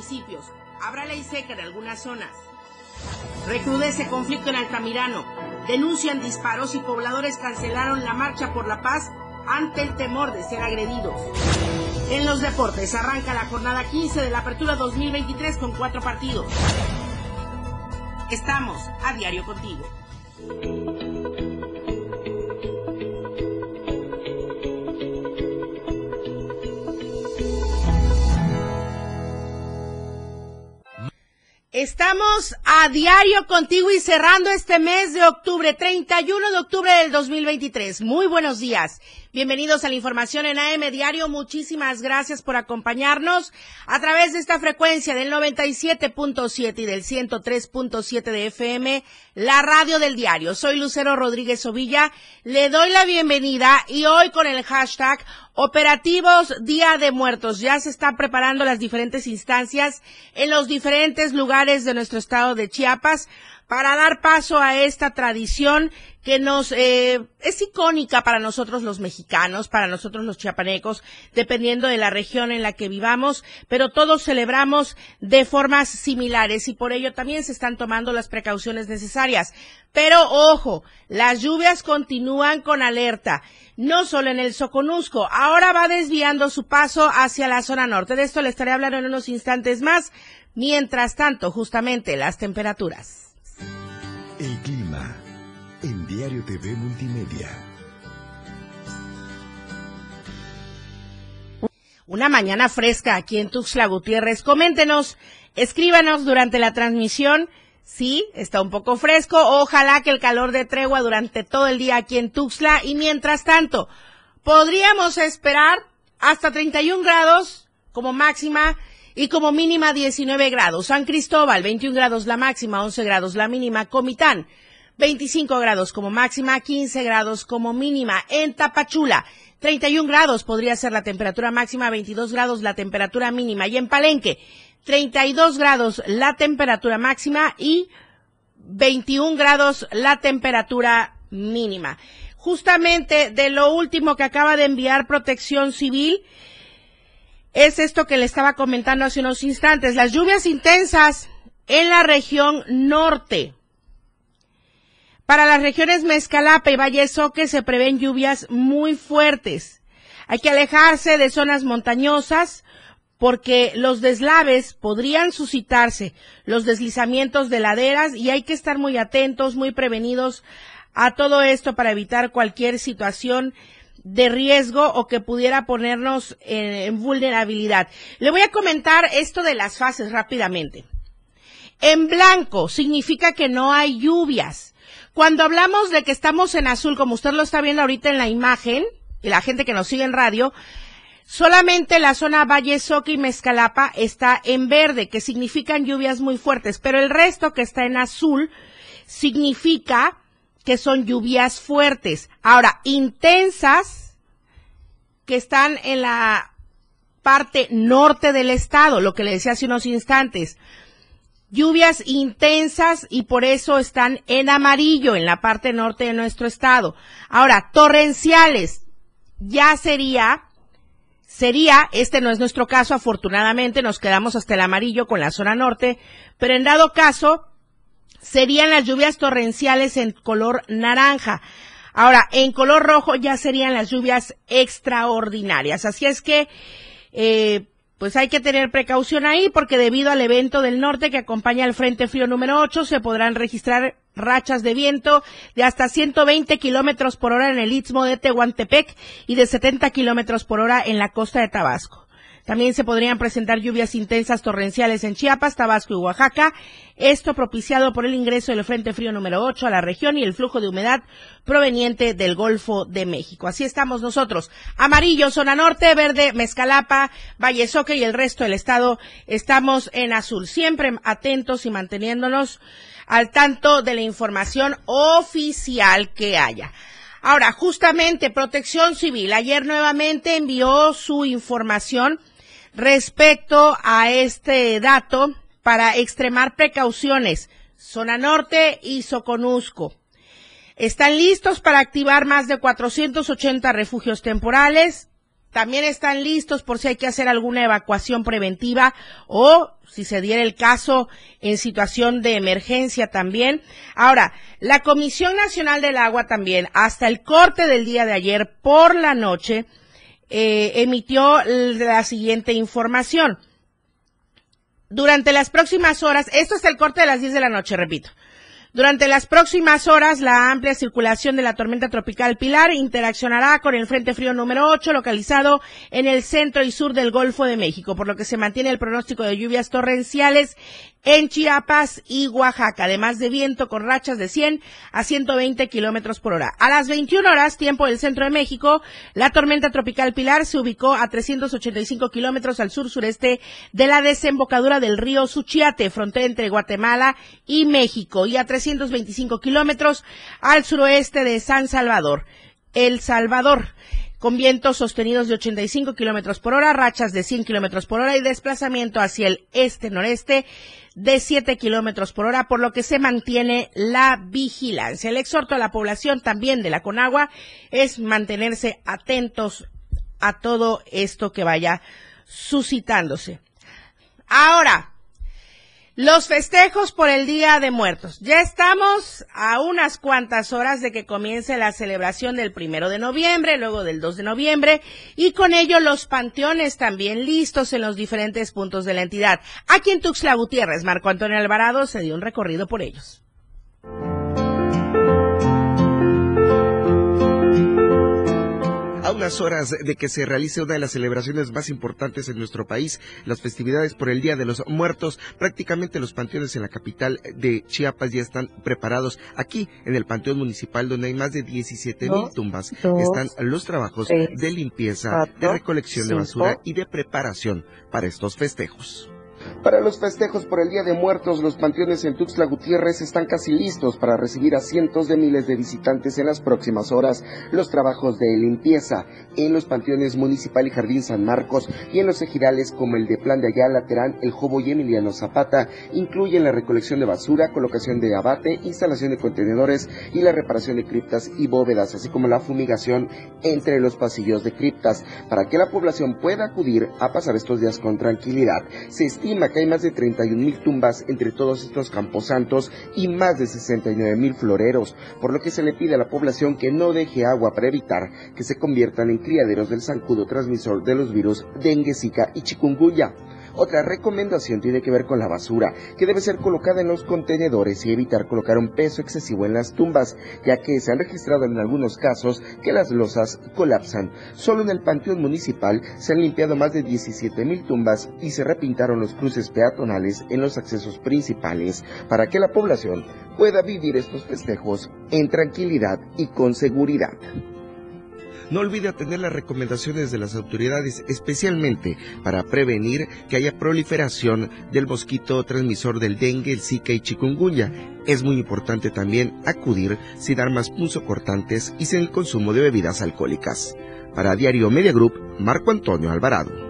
municipios. Habrá ley seca en algunas zonas. Recrudece conflicto en Altamirano. Denuncian disparos y pobladores cancelaron la marcha por la paz ante el temor de ser agredidos. En los deportes arranca la jornada 15 de la Apertura 2023 con 4 partidos. Estamos a diario contigo. Estamos a diario contigo y cerrando este mes de octubre, 31 de octubre del 2023. Muy buenos días. Bienvenidos a la información en AM Diario. Muchísimas gracias por acompañarnos a través de esta frecuencia del 97.7 y del 103.7 de FM, la radio del diario. Soy Lucero Rodríguez Ovilla. Le doy la bienvenida y hoy con el hashtag Operativos Día de Muertos. Ya se están preparando las diferentes instancias en los diferentes lugares de nuestro estado de Chiapas para dar paso a esta tradición que es icónica para nosotros los mexicanos, para nosotros los chiapanecos, dependiendo de la región en la que vivamos, pero todos celebramos de formas similares y por ello también se están tomando las precauciones necesarias. Pero ojo, las lluvias continúan con alerta, no solo en el Soconusco, ahora va desviando su paso hacia la zona norte. De esto le estaré hablando en unos instantes más. Mientras tanto, justamente las temperaturas. El clima en Diario TV Multimedia. Una mañana fresca aquí en Tuxtla Gutiérrez. Coméntenos, escríbanos durante la transmisión. Sí, está un poco fresco. Ojalá que el calor dé tregua durante todo el día aquí en Tuxtla. Y mientras tanto, podríamos esperar hasta 31 grados como máxima y como mínima 19 grados. San Cristóbal, 21 grados la máxima, 11 grados la mínima. Comitán, 25 grados como máxima, 15 grados como mínima. En Tapachula, 31 grados podría ser la temperatura máxima, 22 grados la temperatura mínima. Y en Palenque, 32 grados la temperatura máxima y 21 grados la temperatura mínima. Justamente de lo último que acaba de enviar Protección Civil, es esto que le estaba comentando hace unos instantes. Las lluvias intensas en la región norte. Para las regiones Mezcalapa y Valle Soque se prevén lluvias muy fuertes. Hay que alejarse de zonas montañosas porque los deslaves podrían suscitarse, los deslizamientos de laderas, y hay que estar muy atentos, muy prevenidos a todo esto para evitar cualquier situación de riesgo o que pudiera ponernos en vulnerabilidad. Le voy a comentar esto de las fases rápidamente. En blanco significa que no hay lluvias. Cuando hablamos de que estamos en azul, como usted lo está viendo ahorita en la imagen, y la gente que nos sigue en radio, solamente la zona Valle Soque y Mezcalapa está en verde, que significan lluvias muy fuertes, pero el resto que está en azul significa que son lluvias fuertes. Ahora, intensas, que están en la parte norte del estado, lo que le decía hace unos instantes. Lluvias intensas y por eso están en amarillo en la parte norte de nuestro estado. Ahora, torrenciales, ya sería, este no es nuestro caso, afortunadamente nos quedamos hasta el amarillo con la zona norte, pero en dado caso, serían las lluvias torrenciales en color naranja. Ahora, en color rojo ya serían las lluvias extraordinarias. Así es que, pues hay que tener precaución ahí porque debido al evento del norte que acompaña al Frente Frío número 8 se podrán registrar rachas de viento de hasta 120 kilómetros por hora en el Istmo de Tehuantepec y de 70 kilómetros por hora en la costa de Tabasco. También se podrían presentar lluvias intensas torrenciales en Chiapas, Tabasco y Oaxaca, esto propiciado por el ingreso del Frente Frío número 8 a la región y el flujo de humedad proveniente del Golfo de México. Así estamos nosotros. Amarillo, zona norte, verde, Mezcalapa, Valle Soque y el resto del estado estamos en azul. Siempre atentos y manteniéndonos al tanto de la información oficial que haya. Ahora, justamente Protección Civil ayer nuevamente envió su información respecto a este dato para extremar precauciones, zona norte y Soconusco. Están listos para activar más de 480 refugios temporales también están listos por si hay que hacer alguna evacuación preventiva o si se diera el caso en situación de emergencia también. Ahora, la Comisión Nacional del Agua también, hasta el corte del día de ayer por la noche, emitió la siguiente información. Durante las próximas horas, esto es el corte de las 10 de la noche, repito. Durante las próximas horas, la amplia circulación de la tormenta tropical Pilar interaccionará con el Frente Frío número 8, localizado en el centro y sur del Golfo de México, por lo que se mantiene el pronóstico de lluvias torrenciales en Chiapas y Oaxaca, además de viento con rachas de 100 a 120 kilómetros por hora. A las 21 horas, tiempo del centro de México, la tormenta tropical Pilar se ubicó a 385 kilómetros al sur-sureste de la desembocadura del río Suchiate, frontera entre Guatemala y México, y a 325 kilómetros al suroeste de San Salvador, El Salvador, con vientos sostenidos de 85 kilómetros por hora, rachas de 100 kilómetros por hora y desplazamiento hacia el este-noreste de 7 kilómetros por hora, por lo que se mantiene la vigilancia. El exhorto a la población también de la Conagua es mantenerse atentos a todo esto que vaya suscitándose. Ahora, los festejos por el Día de Muertos. Ya estamos a unas cuantas horas de que comience la celebración del 1 de noviembre, luego del 2 de noviembre, y con ello los panteones también listos en los diferentes puntos de la entidad. Aquí en Tuxtla Gutiérrez, Marco Antonio Alvarado se dio un recorrido por ellos. A unas horas de que se realice una de las celebraciones más importantes en nuestro país, las festividades por el Día de los Muertos, prácticamente los panteones en la capital de Chiapas ya están preparados. Aquí, en el Panteón Municipal, donde hay más de 17,000 tumbas, están los trabajos de limpieza, de recolección de basura y de preparación para estos festejos. Para los festejos por el Día de Muertos, los panteones en Tuxtla Gutiérrez están casi listos para recibir a cientos de miles de visitantes en las próximas horas. Los trabajos de limpieza en los panteones Municipal y Jardín San Marcos y en los ejidales como el de Plan de Ayala, Terán, El Jobo y Emiliano Zapata incluyen la recolección de basura, colocación de abate, instalación de contenedores y la reparación de criptas y bóvedas, así como la fumigación entre los pasillos de criptas, para que la población pueda acudir a pasar estos días con tranquilidad. Se estima que hay más de 31,000 tumbas entre todos estos camposantos y más de 69,000 floreros, por lo que se le pide a la población que no deje agua para evitar que se conviertan en criaderos del zancudo transmisor de los virus dengue, zika y chikungunya. Otra recomendación tiene que ver con la basura, que debe ser colocada en los contenedores y evitar colocar un peso excesivo en las tumbas, ya que se han registrado en algunos casos que las losas colapsan. Solo en el Panteón Municipal se han limpiado más de 17,000 tumbas y se repintaron los cruces peatonales en los accesos principales, para que la población pueda vivir estos festejos en tranquilidad y con seguridad. No olvide atender las recomendaciones de las autoridades, especialmente para prevenir que haya proliferación del mosquito transmisor del dengue, el zika y chikungunya. Es muy importante también acudir sin armas punzocortantes y sin el consumo de bebidas alcohólicas. Para Diario Media Group, Marco Antonio Alvarado.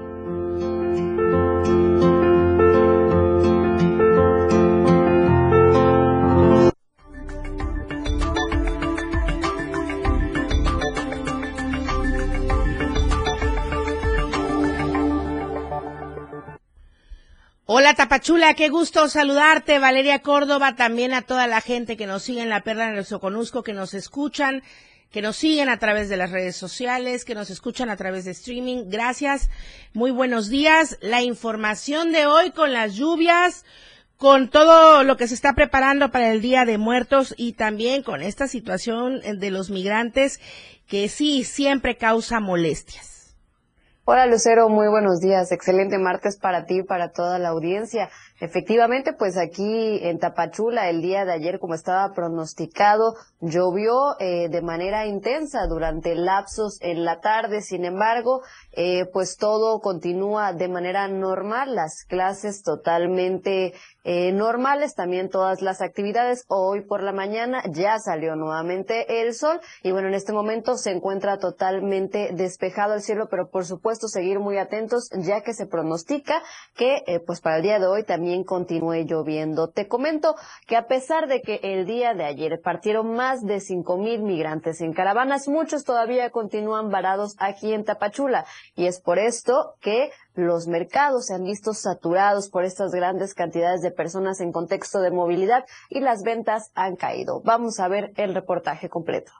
Hola Tapachula, qué gusto saludarte, Valeria Córdoba, también a toda la gente que nos sigue en la Perla del Soconusco, que nos escuchan, que nos siguen a través de las redes sociales, que nos escuchan a través de streaming. Gracias, muy buenos días. La información de hoy con las lluvias, con todo lo que se está preparando para el Día de Muertos y también con esta situación de los migrantes que sí siempre causa molestias. Hola Lucero, muy buenos días. Excelente martes para ti y para toda la audiencia. Efectivamente, pues aquí en Tapachula el día de ayer, como estaba pronosticado, llovió de manera intensa durante lapsos en la tarde. Sin embargo, pues todo continúa de manera normal, las clases totalmente normales, también todas las actividades. Hoy por la mañana ya salió nuevamente el sol y bueno, en este momento se encuentra totalmente despejado el cielo, pero por supuesto supuesto seguir muy atentos, ya que se pronostica que pues para el día de hoy también continúe lloviendo. Te comento que a pesar de que el día de ayer partieron más de 5,000 migrantes en caravanas, muchos todavía continúan varados aquí en Tapachula, y es por esto que los mercados se han visto saturados por estas grandes cantidades de personas en contexto de movilidad y las ventas han caído. Vamos a ver el reportaje completo.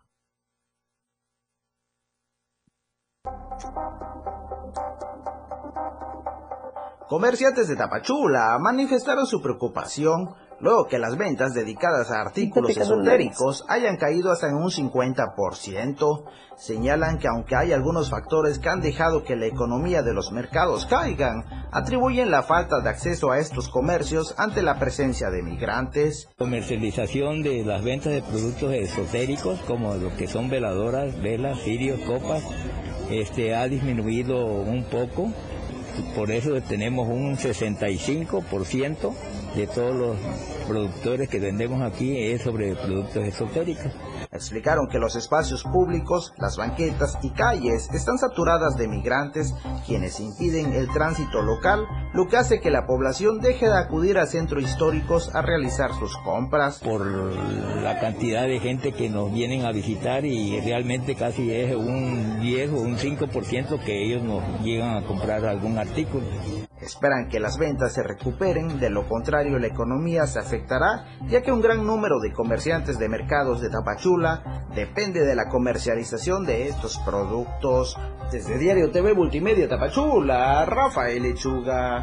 Comerciantes de Tapachula manifestaron su preocupación luego que las ventas dedicadas a artículos esotéricos hayan caído hasta en un 50%. Señalan que aunque hay algunos factores que han dejado que la economía de los mercados caigan, atribuyen la falta de acceso a estos comercios ante la presencia de migrantes. Comercialización de las ventas de productos esotéricos como lo que son veladoras, velas, cirios, copas, ha disminuido un poco. Por eso tenemos un 65% de todos los productores que vendemos aquí es sobre productos esotéricos. Explicaron que los espacios públicos, las banquetas y calles están saturadas de migrantes, quienes impiden el tránsito local, lo que hace que la población deje de acudir a centros históricos a realizar sus compras. Por la cantidad de gente que nos vienen a visitar, y realmente casi es un 10 o un 5% que ellos nos llegan a comprar algún artículo. Esperan que las ventas se recuperen, de lo contrario la economía se afectará, ya que un gran número de comerciantes de mercados de Tapachula depende de la comercialización de estos productos. Desde Diario TV Multimedia Tapachula, Rafael Lechuga.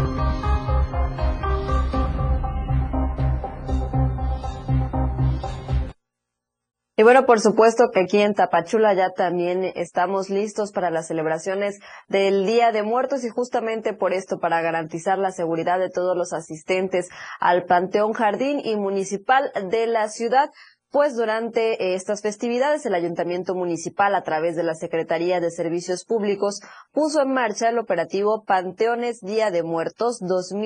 Y bueno, por supuesto que aquí en Tapachula ya también estamos listos para las celebraciones del Día de Muertos, y justamente por esto, para garantizar la seguridad de todos los asistentes al Panteón Jardín y Municipal de la ciudad, pues durante estas festividades el Ayuntamiento Municipal, a través de la Secretaría de Servicios Públicos, puso en marcha el operativo Panteones Día de Muertos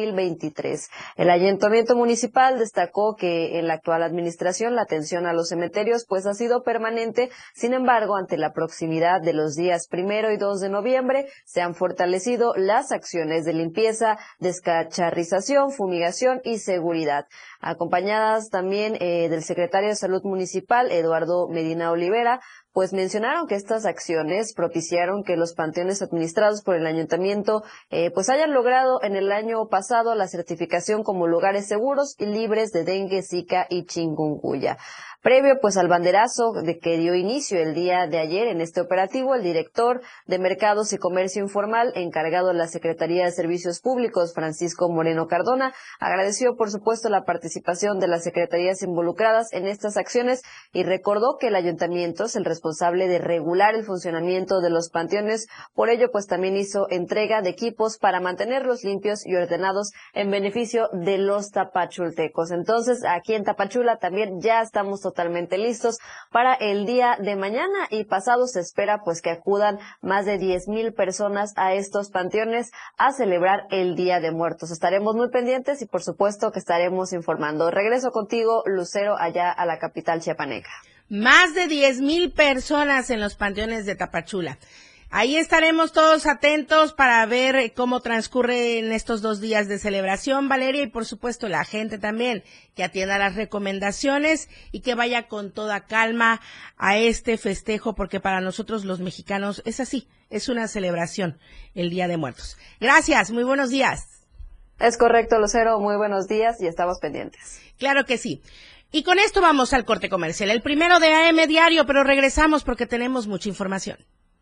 2023. El Ayuntamiento Municipal destacó que en la actual administración la atención a los cementerios pues ha sido permanente. Sin embargo, ante la proximidad de los días 1 y 2 de noviembre, se han fortalecido las acciones de limpieza, descacharrización, fumigación y seguridad, acompañadas también del secretario de Salud Municipal, Eduardo Medina Olivera. Pues mencionaron que estas acciones propiciaron que los panteones administrados por el ayuntamiento pues hayan logrado en el año pasado la certificación como lugares seguros y libres de dengue, zika y chikungunya. Previo pues al banderazo de que dio inicio el día de ayer en este operativo, el director de Mercados y Comercio Informal, encargado de la Secretaría de Servicios Públicos, Francisco Moreno Cardona, agradeció por supuesto la participación de las secretarías involucradas en estas acciones y recordó que el ayuntamiento es el responsable de regular el funcionamiento de los panteones. Por ello pues también hizo entrega de equipos para mantenerlos limpios y ordenados en beneficio de los tapachultecos. Entonces aquí en Tapachula también ya estamos totalmente listos para el día de mañana y pasado. Se espera pues que acudan más de 10,000 personas a estos panteones a celebrar el Día de Muertos. Estaremos muy pendientes y por supuesto que estaremos informando. Regreso contigo, Lucero, allá a la capital chiapaneca. Más de 10,000 personas en los panteones de Tapachula. Ahí estaremos todos atentos para ver cómo transcurren estos 2 días de celebración, Valeria, y por supuesto la gente también que atienda las recomendaciones y que vaya con toda calma a este festejo, porque para nosotros los mexicanos es así, es una celebración el Día de Muertos. Gracias, muy buenos días. Es correcto, Lucero, muy buenos días y estamos pendientes. Claro que sí. Y con esto vamos al corte comercial, el primero de AM Diario, pero regresamos porque tenemos mucha información.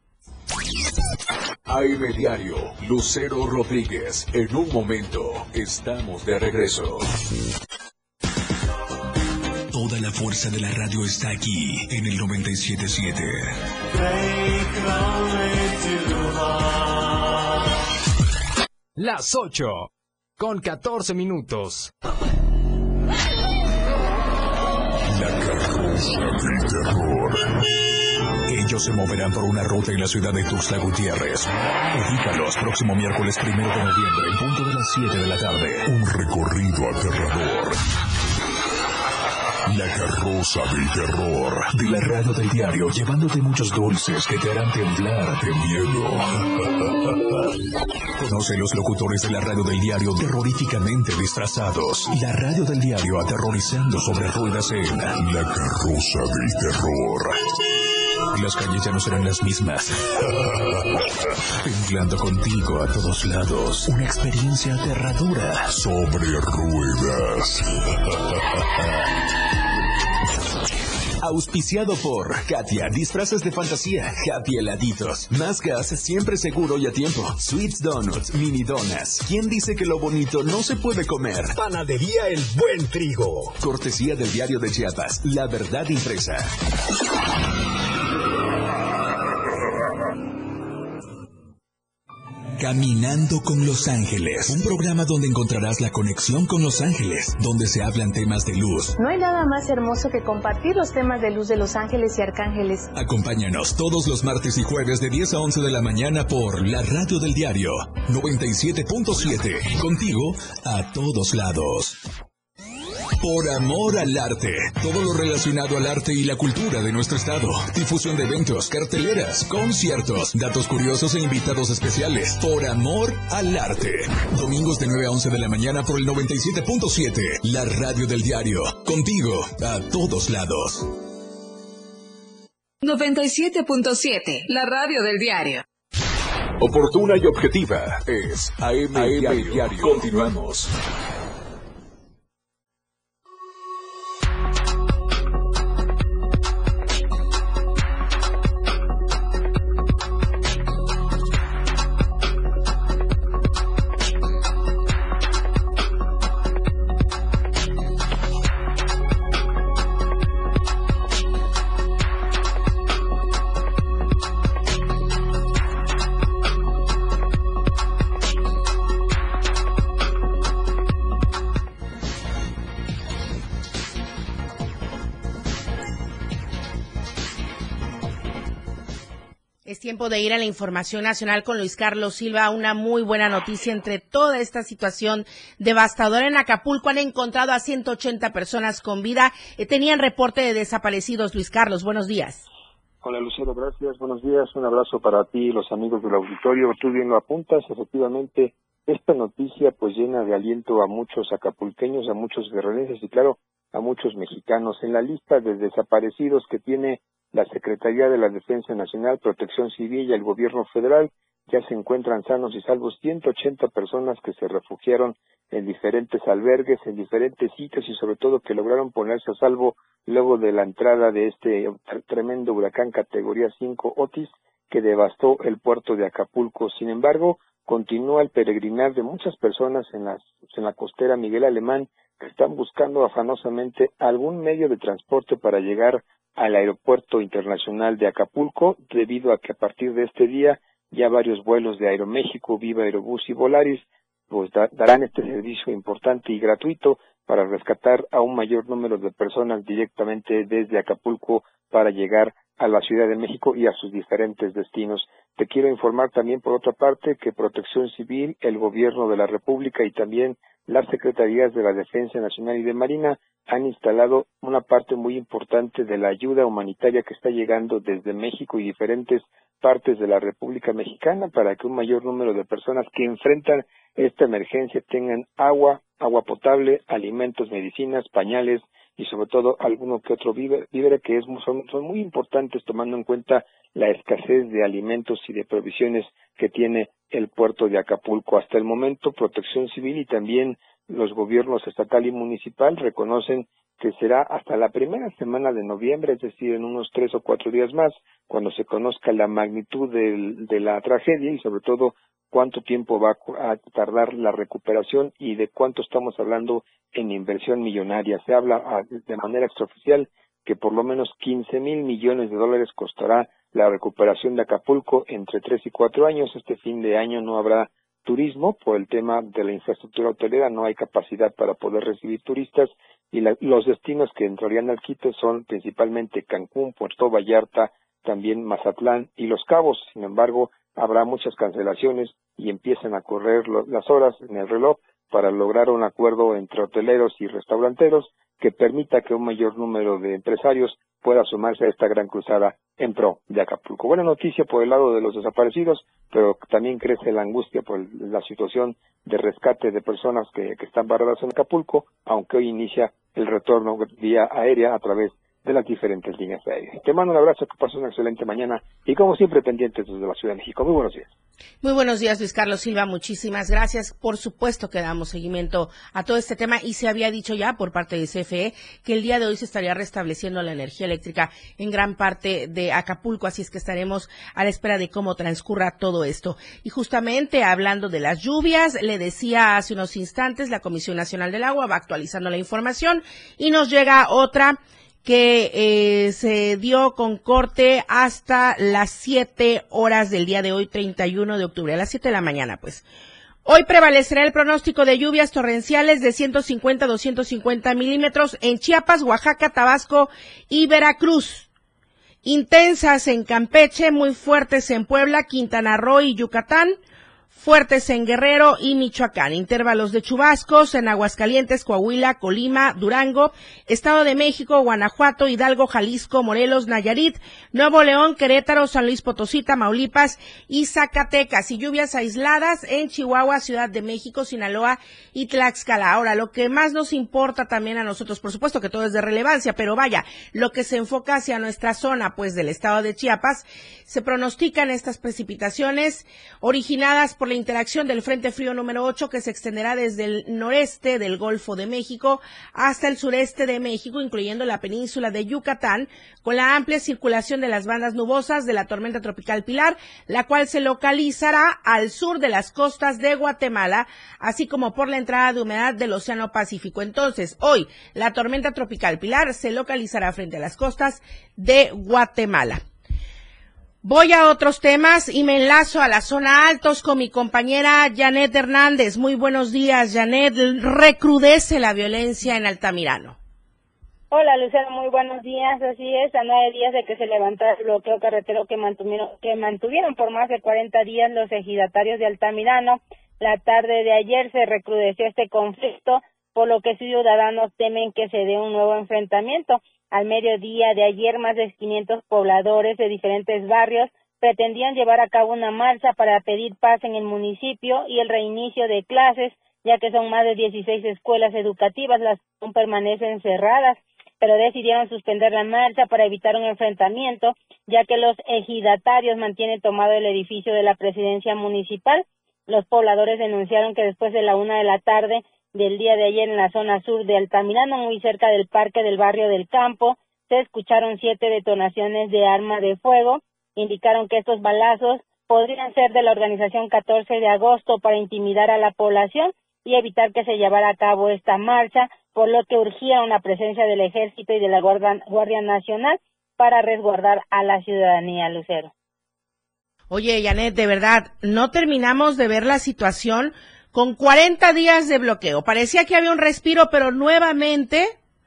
AM Diario, Lucero Rodríguez. En un momento, estamos de regreso. Toda la fuerza de la radio está aquí, en el 97.7. Las 8:14. La carroza del terror. Ellos se moverán por una ruta en la ciudad de Tuxtla Gutiérrez. Ubícalos próximo miércoles 1 de noviembre, en punto de las 7 de la tarde. Un recorrido aterrador. La carroza del terror de la radio del diario, llevándote muchos dulces que te harán temblar de miedo. Conoce los locutores de la radio del diario terroríficamente disfrazados. La radio del diario aterrorizando sobre ruedas en La carroza del terror. Las calles ya no serán las mismas. Temblando contigo a todos lados. Una experiencia aterradora sobre ruedas. Auspiciado por Katia, disfraces de fantasía, Happy heladitos, más gas, siempre seguro y a tiempo, Sweets Donuts, mini donas. ¿Quién dice que lo bonito no se puede comer? Panadería El Buen Trigo. Cortesía del Diario de Chiapas, La Verdad Impresa. Caminando con Los Ángeles, un programa donde encontrarás la conexión con Los Ángeles, donde se hablan temas de luz. No hay nada más hermoso que compartir los temas de luz de Los Ángeles y Arcángeles. Acompáñanos todos los martes y jueves de 10 a 11 de la mañana por la radio del diario 97.7, contigo a todos lados. Por amor al arte, todo lo relacionado al arte y la cultura de nuestro estado. Difusión de eventos, carteleras, conciertos, datos curiosos e invitados especiales. Por amor al arte. Domingos de 9 a 11 de la mañana por el 97.7, la radio del diario. Contigo a todos lados. 97.7, la radio del diario. Oportuna y objetiva es AM Diario. Continuamos. Es tiempo de ir a la información nacional con Luis Carlos Silva. Una muy buena noticia entre toda esta situación devastadora en Acapulco. Han encontrado a 180 personas con vida. Tenían reporte de desaparecidos. Luis Carlos, buenos días. Hola Lucero, gracias. Buenos días. Un abrazo para ti y los amigos del auditorio. Tú bien lo apuntas. Efectivamente, esta noticia pues llena de aliento a muchos acapulqueños, a muchos guerrerenses y claro, a muchos mexicanos. En la lista de desaparecidos que tiene la Secretaría de la Defensa Nacional, Protección Civil y el Gobierno Federal, ya se encuentran sanos y salvos 180 personas que se refugiaron en diferentes albergues, en diferentes sitios y sobre todo que lograron ponerse a salvo luego de la entrada de este tremendo huracán categoría 5 Otis que devastó el puerto de Acapulco. Sin embargo, continúa el peregrinar de muchas personas en la costera Miguel Alemán que están buscando afanosamente algún medio de transporte para llegar al Aeropuerto Internacional de Acapulco, debido a que a partir de este día ya varios vuelos de Aeroméxico, Viva Aerobús y Volaris pues darán este servicio importante y gratuito para rescatar a un mayor número de personas directamente desde Acapulco para llegar a la Ciudad de México y a sus diferentes destinos. Te quiero informar también, por otra parte, que Protección Civil, el Gobierno de la República y también las Secretarías de la Defensa Nacional y de Marina han instalado una parte muy importante de la ayuda humanitaria que está llegando desde México y diferentes partes de la República Mexicana para que un mayor número de personas que enfrentan esta emergencia tengan agua potable, alimentos, medicinas, pañales y sobre todo alguno que otro víver que son muy importantes tomando en cuenta la escasez de alimentos y de provisiones que tiene el puerto de Acapulco. Hasta el momento, Protección Civil y también los gobiernos estatal y municipal reconocen que será hasta la primera semana de noviembre, es decir, en unos 3 o 4 días más, cuando se conozca la magnitud de la tragedia y sobre todo cuánto tiempo va a tardar la recuperación y de cuánto estamos hablando en inversión millonaria. Se habla de manera extraoficial que por lo menos 15,000 millones de dólares costará la recuperación de Acapulco entre 3 y 4 años. Este fin de año no habrá turismo por el tema de la infraestructura hotelera, no hay capacidad para poder recibir turistas y los destinos que entrarían al quite son principalmente Cancún, Puerto Vallarta, también Mazatlán y Los Cabos. Sin embargo, habrá muchas cancelaciones y empiezan a correr las horas en el reloj para lograr un acuerdo entre hoteleros y restauranteros que permita que un mayor número de empresarios pueda sumarse a esta gran cruzada en pro de Acapulco. Buena noticia por el lado de los desaparecidos, pero también crece la angustia por la situación de rescate de personas que están varadas en Acapulco, aunque hoy inicia el retorno vía aérea a través de las diferentes líneas aéreas. Te mando un abrazo, que pases una excelente mañana y como siempre pendientes desde la Ciudad de México. Muy buenos días. Muy buenos días, Luis Carlos Silva, muchísimas gracias. Por supuesto que damos seguimiento a todo este tema y se había dicho ya por parte de CFE que el día de hoy se estaría restableciendo la energía eléctrica en gran parte de Acapulco, así es que estaremos a la espera de cómo transcurra todo esto. Y justamente hablando de las lluvias, le decía hace unos instantes, la Comisión Nacional del Agua va actualizando la información y nos llega otra que se dio con corte hasta las 7 horas del día de hoy, 31 de octubre, a las 7 de la mañana, pues. Hoy prevalecerá el pronóstico de lluvias torrenciales de 150 a 250 milímetros en Chiapas, Oaxaca, Tabasco y Veracruz. Intensas en Campeche, muy fuertes en Puebla, Quintana Roo y Yucatán. Fuertes en Guerrero y Michoacán, intervalos de chubascos en Aguascalientes, Coahuila, Colima, Durango, Estado de México, Guanajuato, Hidalgo, Jalisco, Morelos, Nayarit, Nuevo León, Querétaro, San Luis Potosí, Tamaulipas y Zacatecas, y lluvias aisladas en Chihuahua, Ciudad de México, Sinaloa y Tlaxcala. Ahora, lo que más nos importa también a nosotros, por supuesto que todo es de relevancia, pero vaya, lo que se enfoca hacia nuestra zona, pues del estado de Chiapas, se pronostican estas precipitaciones originadas por la interacción del Frente Frío número 8 que se extenderá desde el noreste del Golfo de México hasta el sureste de México, incluyendo la península de Yucatán, con la amplia circulación de las bandas nubosas de la tormenta tropical Pilar, la cual se localizará al sur de las costas de Guatemala, así como por la entrada de humedad del Océano Pacífico. Entonces, hoy, la tormenta tropical Pilar se localizará frente a las costas de Guatemala. Voy a otros temas y me enlazo a la zona Altos con mi compañera Janet Hernández. Muy buenos días, Janet. Recrudece la violencia en Altamirano. Hola, Lucero, muy buenos días. Así es, a 9 días de que se levantara el bloqueo carretero que mantuvieron por más de 40 días los ejidatarios de Altamirano, la tarde de ayer se recrudeció este conflicto, por lo que ciudadanos temen que se dé un nuevo enfrentamiento. Al mediodía de ayer, más de 500 pobladores de diferentes barrios pretendían llevar a cabo una marcha para pedir paz en el municipio y el reinicio de clases, ya que son más de 16 escuelas educativas las que aún permanecen cerradas, pero decidieron suspender la marcha para evitar un enfrentamiento, ya que los ejidatarios mantienen tomado el edificio de la presidencia municipal. Los pobladores denunciaron que después de la 1 de la tarde del día de ayer en la zona sur de Altamirano, muy cerca del parque del barrio del Campo, se escucharon 7 detonaciones de arma de fuego. Indicaron que estos balazos podrían ser de la organización 14 de agosto para intimidar a la población y evitar que se llevara a cabo esta marcha, por lo que urgía una presencia del Ejército y de la Guardia Nacional para resguardar a la ciudadanía, Lucero. Oye, Janet, de verdad, no terminamos de ver la situación con 40 días de bloqueo. Parecía que había un respiro, pero nuevamente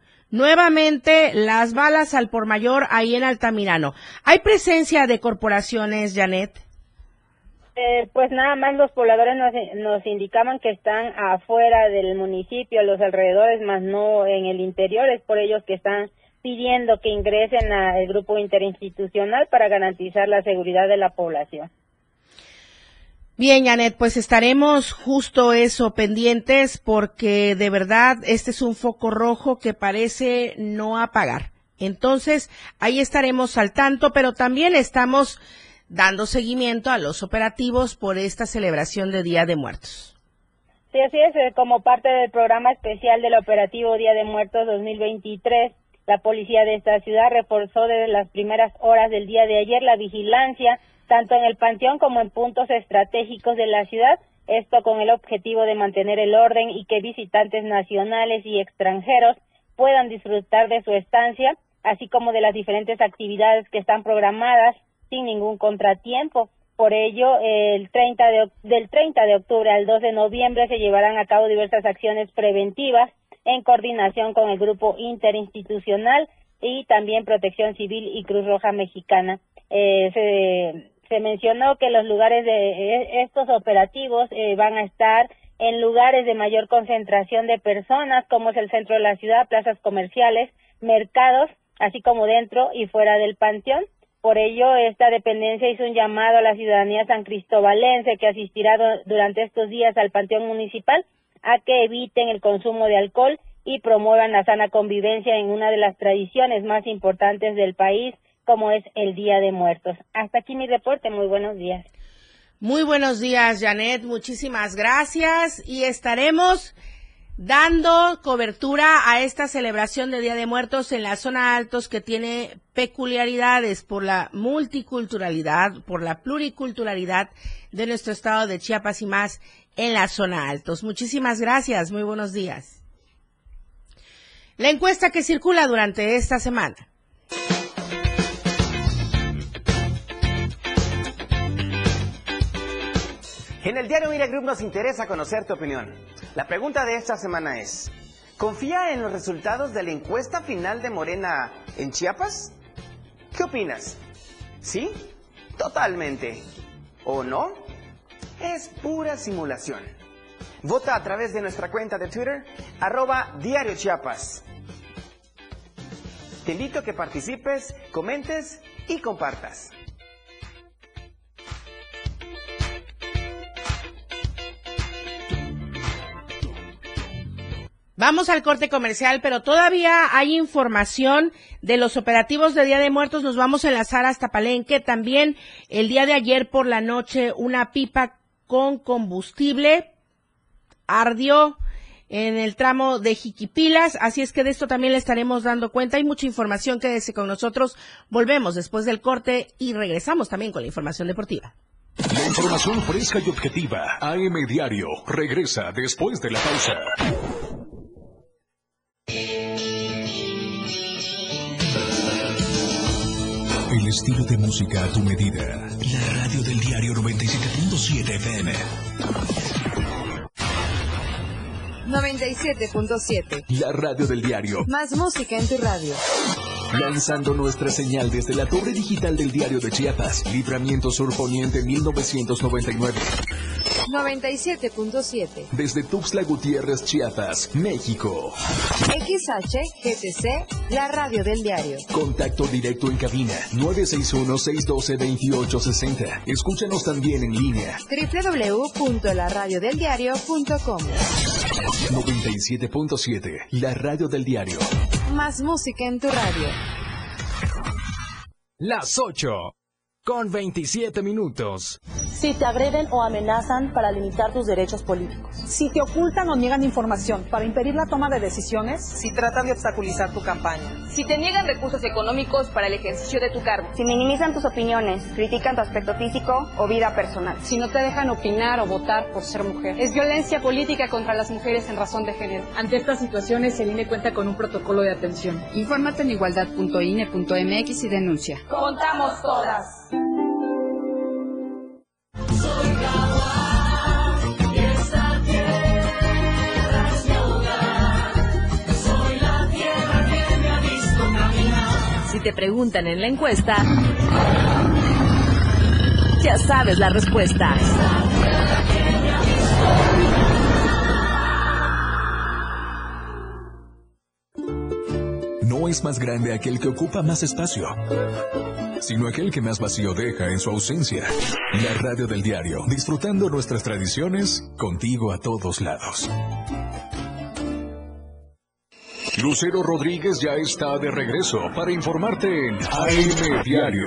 las balas al por mayor ahí en Altamirano. ¿Hay presencia de corporaciones, Janet? Pues nada más los pobladores nos indicaban que están afuera del municipio, a los alrededores, más no en el interior. Es por ellos que están pidiendo que ingresen al grupo interinstitucional para garantizar la seguridad de la población. Bien, Janet, pues estaremos justo eso pendientes porque de verdad este es un foco rojo que parece no apagar. Entonces, ahí estaremos al tanto, pero también estamos dando seguimiento a los operativos por esta celebración de Día de Muertos. Sí, así es, como parte del programa especial del operativo Día de Muertos 2023, la policía de esta ciudad reforzó desde las primeras horas del día de ayer la vigilancia tanto en el panteón como en puntos estratégicos de la ciudad, esto con el objetivo de mantener el orden y que visitantes nacionales y extranjeros puedan disfrutar de su estancia, así como de las diferentes actividades que están programadas sin ningún contratiempo. Por ello, del 30 de octubre al 2 de noviembre se llevarán a cabo diversas acciones preventivas en coordinación con el Grupo Interinstitucional y también Protección Civil y Cruz Roja Mexicana. Se mencionó que los lugares de estos operativos van a estar en lugares de mayor concentración de personas, como es el centro de la ciudad, plazas comerciales, mercados, así como dentro y fuera del panteón. Por ello, esta dependencia hizo un llamado a la ciudadanía sancristobalense que asistirá durante estos días al panteón municipal a que eviten el consumo de alcohol y promuevan la sana convivencia en una de las tradiciones más importantes del país, como es el Día de Muertos. Hasta aquí mi reporte. Muy buenos días. Muy buenos días, Janet. Muchísimas gracias y estaremos dando cobertura a esta celebración de Día de Muertos en la zona Altos, que tiene peculiaridades por la multiculturalidad, por la pluriculturalidad de nuestro estado de Chiapas y más en la zona Altos. Muchísimas gracias. Muy buenos días. La encuesta que circula durante esta semana. En el diario Mira Group nos interesa conocer tu opinión. La pregunta de esta semana es: ¿confía en los resultados de la encuesta final de Morena en Chiapas? ¿Qué opinas? ¿Sí? Totalmente. ¿O no? Es pura simulación. Vota a través de nuestra cuenta de Twitter, @Diario Chiapas. Te invito a que participes, comentes y compartas. Vamos al corte comercial, pero todavía hay información de los operativos de Día de Muertos. Nos vamos a enlazar hasta Palenque. También el día de ayer por la noche una pipa con combustible ardió en el tramo de Jiquipilas, así es que de esto también le estaremos dando cuenta. Hay mucha información, quédese con nosotros. Volvemos después del corte y regresamos también con la información deportiva. La información fresca y objetiva, AM Diario, regresa después de la pausa. El estilo de música a tu medida. La radio del diario 97.7 FM. 97.7. La radio del diario. Más música en tu radio. Lanzando nuestra señal desde la torre digital del diario de Chiapas, Libramiento Sur Poniente 1999. 97.7. Desde Tuxtla Gutiérrez, Chiapas, México. XHGTC, la radio del diario. Contacto directo en cabina 961-612-2860. Escúchanos también en línea www.laradiodeldiario.com. 97.7, la radio del diario. Más música en tu radio. Las 8:27. Si te agreden o amenazan para limitar tus derechos políticos. Si te ocultan o niegan información para impedir la toma de decisiones. Si tratan de obstaculizar tu campaña. Si te niegan recursos económicos para el ejercicio de tu cargo. Si minimizan tus opiniones, critican tu aspecto físico o vida personal. Si no te dejan opinar o votar por ser mujer. Es violencia política contra las mujeres en razón de género. Ante estas situaciones, el INE cuenta con un protocolo de atención. Infórmate en igualdad.ine.mx y denuncia. Contamos todas. Si te preguntan en la encuesta, ya sabes la respuesta. No es más grande aquel que ocupa más espacio, sino aquel que más vacío deja en su ausencia. La radio del diario, disfrutando nuestras tradiciones, contigo a todos lados. Lucero Rodríguez ya está de regreso para informarte en AM Diario.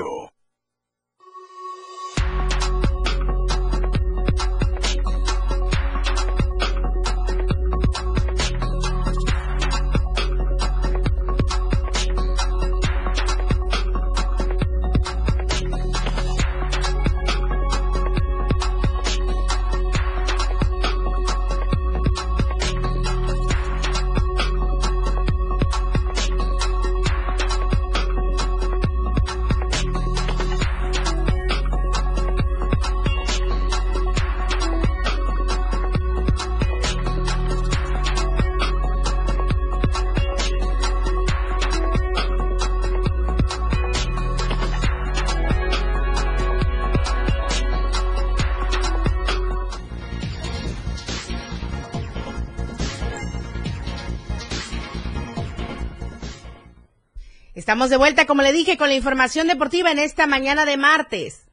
Estamos de vuelta, como le dije, con la información deportiva en esta mañana de martes.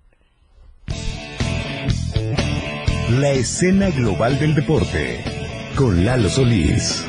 La escena global del deporte con Lalo Solís.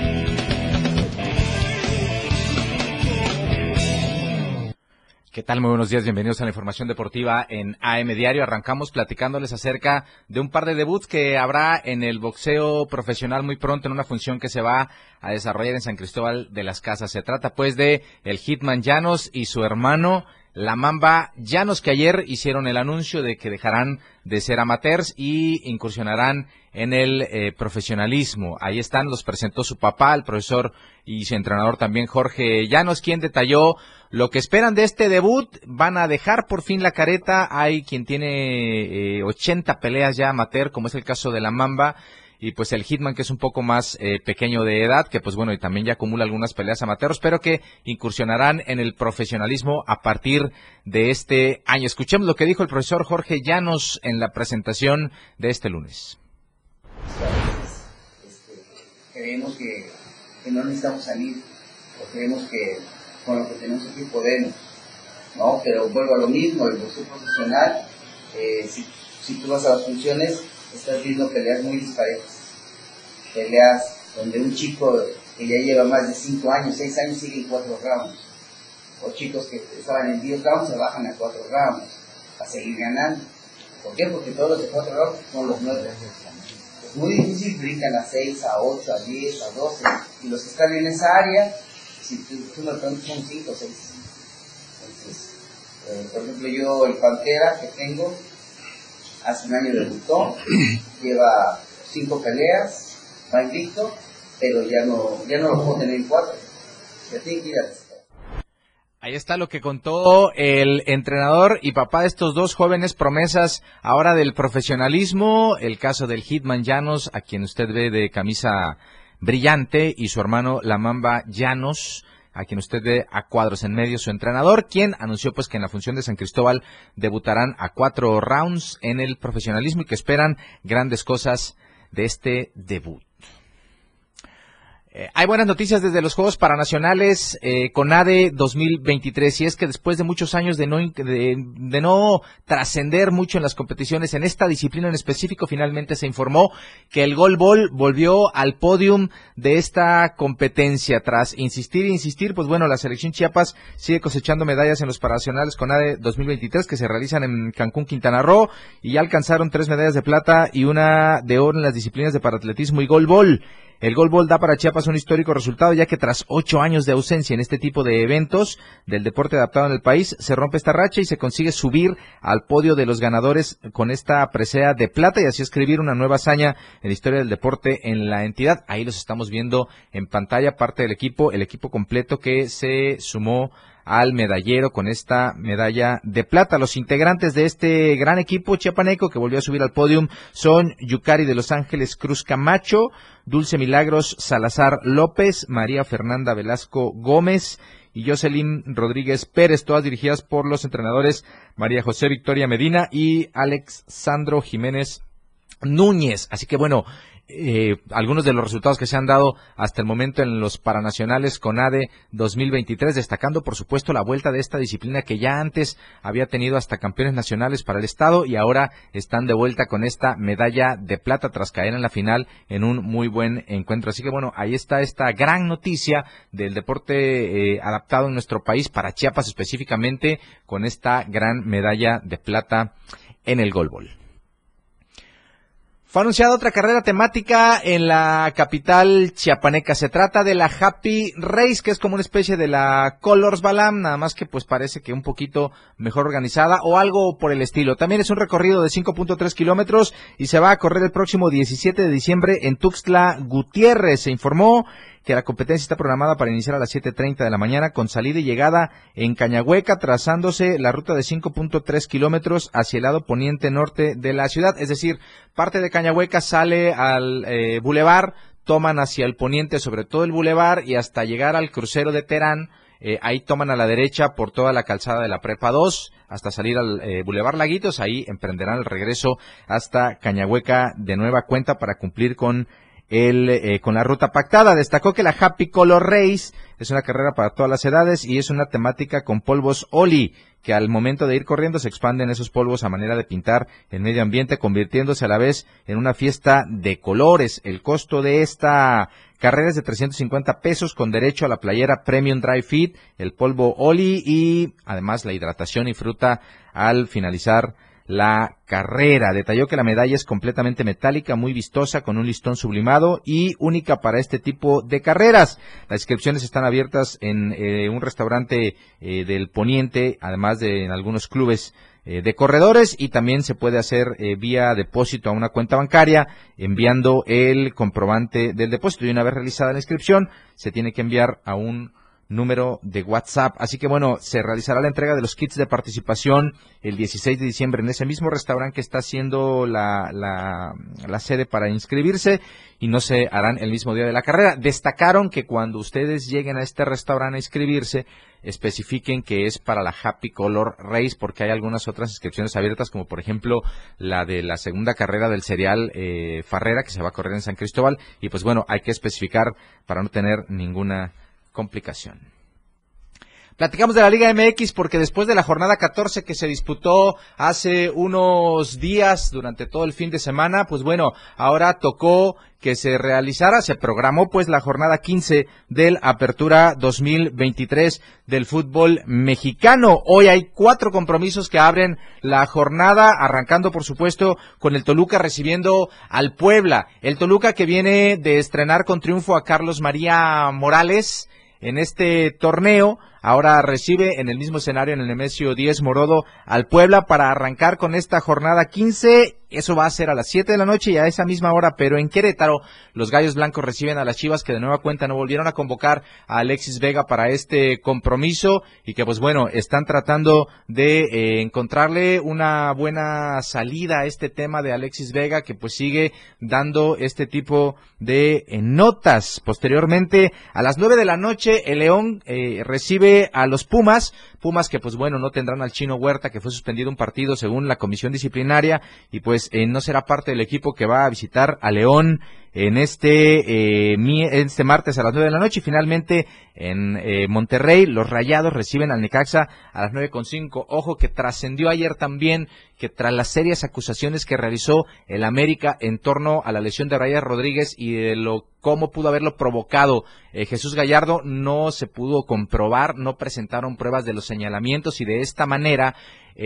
¿Qué tal? Muy buenos días, bienvenidos a la información deportiva en AM Diario. Arrancamos platicándoles acerca de un par de debuts que habrá en el boxeo profesional muy pronto en una función que se va a desarrollar en San Cristóbal de las Casas. Se trata pues de el Hitman Llanos y su hermano La Mamba Llanos, que ayer hicieron el anuncio de que dejarán de ser amateurs y incursionarán en el profesionalismo. Ahí están, los presentó su papá, el profesor y su entrenador también, Jorge Llanos, quien detalló lo que esperan de este debut. Van a dejar por fin la careta. Hay quien tiene 80 peleas ya amateur, como es el caso de La Mamba, y pues el Hitman, que es un poco más pequeño de edad, que pues bueno, y también ya acumula algunas peleas amateurs, pero que incursionarán en el profesionalismo a partir de este año. Escuchemos lo que dijo el profesor Jorge Llanos en la presentación de este lunes. Creemos que no necesitamos salir, o creemos que con lo que tenemos aquí podemos, ¿no? Pero vuelvo a lo mismo, el boxeo profesional, si tú vas a las funciones, estás viendo peleas muy disparejas, peleas donde un chico que ya lleva más de 5 años, 6 años, sigue en 4 rounds, o chicos que estaban en 10 rounds se bajan a 4 rounds, a seguir ganando. ¿Por qué? Porque todos los de 4 rounds son los 9. Es muy difícil, brincan a 6, a 8, a 10, a 12, y los que están en esa área, si tú me preguntas, son 5 o 6. Entonces, por ejemplo, yo el Pantera que tengo, hace un año debutó, lleva 5 peleas, va invicto, pero ya no lo puedo tener en 4. Ya tiene que ir a... Ahí está lo que contó el entrenador y papá de estos dos jóvenes promesas ahora del profesionalismo. El caso del Hitman Llanos, a quien usted ve de camisa brillante, y su hermano La Mamba Llanos, a quien usted ve a cuadros en medio, su entrenador, quien anunció pues que en la función de San Cristóbal debutarán a 4 rounds en el profesionalismo y que esperan grandes cosas de este debut. Hay buenas noticias desde los Juegos Paranacionales CONADE 2023, y es que después de muchos años de no trascender mucho en las competiciones en esta disciplina en específico, finalmente se informó que el goalball volvió al podium de esta competencia. Tras insistir, pues bueno, la selección Chiapas sigue cosechando medallas en los Paranacionales CONADE 2023 que se realizan en Cancún, Quintana Roo, y ya alcanzaron 3 medallas de plata y 1 de oro en las disciplinas de paratletismo y goalball. El goalball da para Chiapas un histórico resultado, ya que tras 8 años de ausencia en este tipo de eventos del deporte adaptado en el país, se rompe esta racha y se consigue subir al podio de los ganadores con esta presea de plata y así escribir una nueva hazaña en la historia del deporte en la entidad. Ahí los estamos viendo en pantalla, parte del equipo, el equipo completo que se sumó al medallero con esta medalla de plata. Los integrantes de este gran equipo chiapaneco que volvió a subir al podium son Yukari de Los Ángeles Cruz Camacho, Dulce Milagros Salazar López, María Fernanda Velasco Gómez y Jocelyn Rodríguez Pérez, todas dirigidas por los entrenadores María José Victoria Medina y Alex Sandro Jiménez Núñez. Así que bueno, algunos de los resultados que se han dado hasta el momento en los Paranacionales CONADE 2023, destacando por supuesto la vuelta de esta disciplina que ya antes había tenido hasta campeones nacionales para el estado y ahora están de vuelta con esta medalla de plata tras caer en la final en un muy buen encuentro. Así que bueno, ahí está esta gran noticia del deporte adaptado en nuestro país, para Chiapas específicamente, con esta gran medalla de plata en el goalball. Fue anunciada otra carrera temática en la capital chiapaneca. Se trata de la Happy Race, que es como una especie de la Colors Balam, nada más que pues parece que un poquito mejor organizada o algo por el estilo. También es un recorrido de 5.3 kilómetros y se va a correr el próximo 17 de diciembre en Tuxtla Gutiérrez. Se informó que la competencia está programada para iniciar a las 7:30 de la mañana con salida y llegada en Cañahueca, trazándose la ruta de 5.3 kilómetros hacia el lado poniente norte de la ciudad. Es decir, parte de Cañahueca sale al bulevar, toman hacia el poniente sobre todo el bulevar y hasta llegar al crucero de Terán. Ahí toman a la derecha por toda la calzada de la Prepa 2 hasta salir al Boulevard Laguitos. Ahí emprenderán el regreso hasta Cañahueca de nueva cuenta para cumplir con con la ruta pactada. Destacó que la Happy Color Race es una carrera para todas las edades y es una temática con polvos Oli, que al momento de ir corriendo se expanden esos polvos a manera de pintar el medio ambiente, convirtiéndose a la vez en una fiesta de colores. El costo de esta carrera es de 350 pesos con derecho a la playera Premium Dry Fit, el polvo Oli y además la hidratación y fruta al finalizar la carrera. Detalló que la medalla es completamente metálica, muy vistosa, con un listón sublimado y única para este tipo de carreras. Las inscripciones están abiertas en un restaurante del Poniente, además de en algunos clubes de corredores, y también se puede hacer vía depósito a una cuenta bancaria, enviando el comprobante del depósito. Y una vez realizada la inscripción, se tiene que enviar a un número de WhatsApp. Así que bueno, se realizará la entrega de los kits de participación el 16 de diciembre en ese mismo restaurante que está haciendo la sede para inscribirse, y no se harán el mismo día de la carrera. Destacaron que cuando ustedes lleguen a este restaurante a inscribirse, especifiquen que es para la Happy Color Race, porque hay algunas otras inscripciones abiertas, como por ejemplo la de la segunda carrera del Serial Farrera, que se va a correr en San Cristóbal, y pues bueno, hay que especificar para no tener ninguna complicación. Platicamos de la Liga MX porque después de la jornada 14 que se disputó hace unos días durante todo el fin de semana, pues bueno, ahora tocó que se realizara, se programó pues la jornada 15 del Apertura 2023 del fútbol mexicano. Hoy hay 4 compromisos que abren la jornada, arrancando por supuesto con el Toluca recibiendo al Puebla. El Toluca que viene de estrenar con triunfo a Carlos María Morales en este torneo, ahora recibe en el mismo escenario en el Nemesio 10 Morodo al Puebla para arrancar con esta jornada 15. Eso va a ser a las 7 de la noche y a esa misma hora, pero en Querétaro los Gallos Blancos reciben a las Chivas, que de nueva cuenta no volvieron a convocar a Alexis Vega para este compromiso y que pues bueno, están tratando de encontrarle una buena salida a este tema de Alexis Vega, que pues sigue dando este tipo de notas. Posteriormente, a las 9 de la noche, el León recibe a los Pumas que pues bueno, no tendrán al Chino Huerta, que fue suspendido un partido según la comisión disciplinaria, y pues no será parte del equipo que va a visitar a León en este martes a las 9 de la noche. Y finalmente en Monterrey los Rayados reciben al Necaxa a las 9:05. Ojo que trascendió ayer también que tras las serias acusaciones que realizó el América en torno a la lesión de Brian Rodríguez y de cómo pudo haberlo provocado Jesús Gallardo, no se pudo comprobar, no presentaron pruebas de los señalamientos, y de esta manera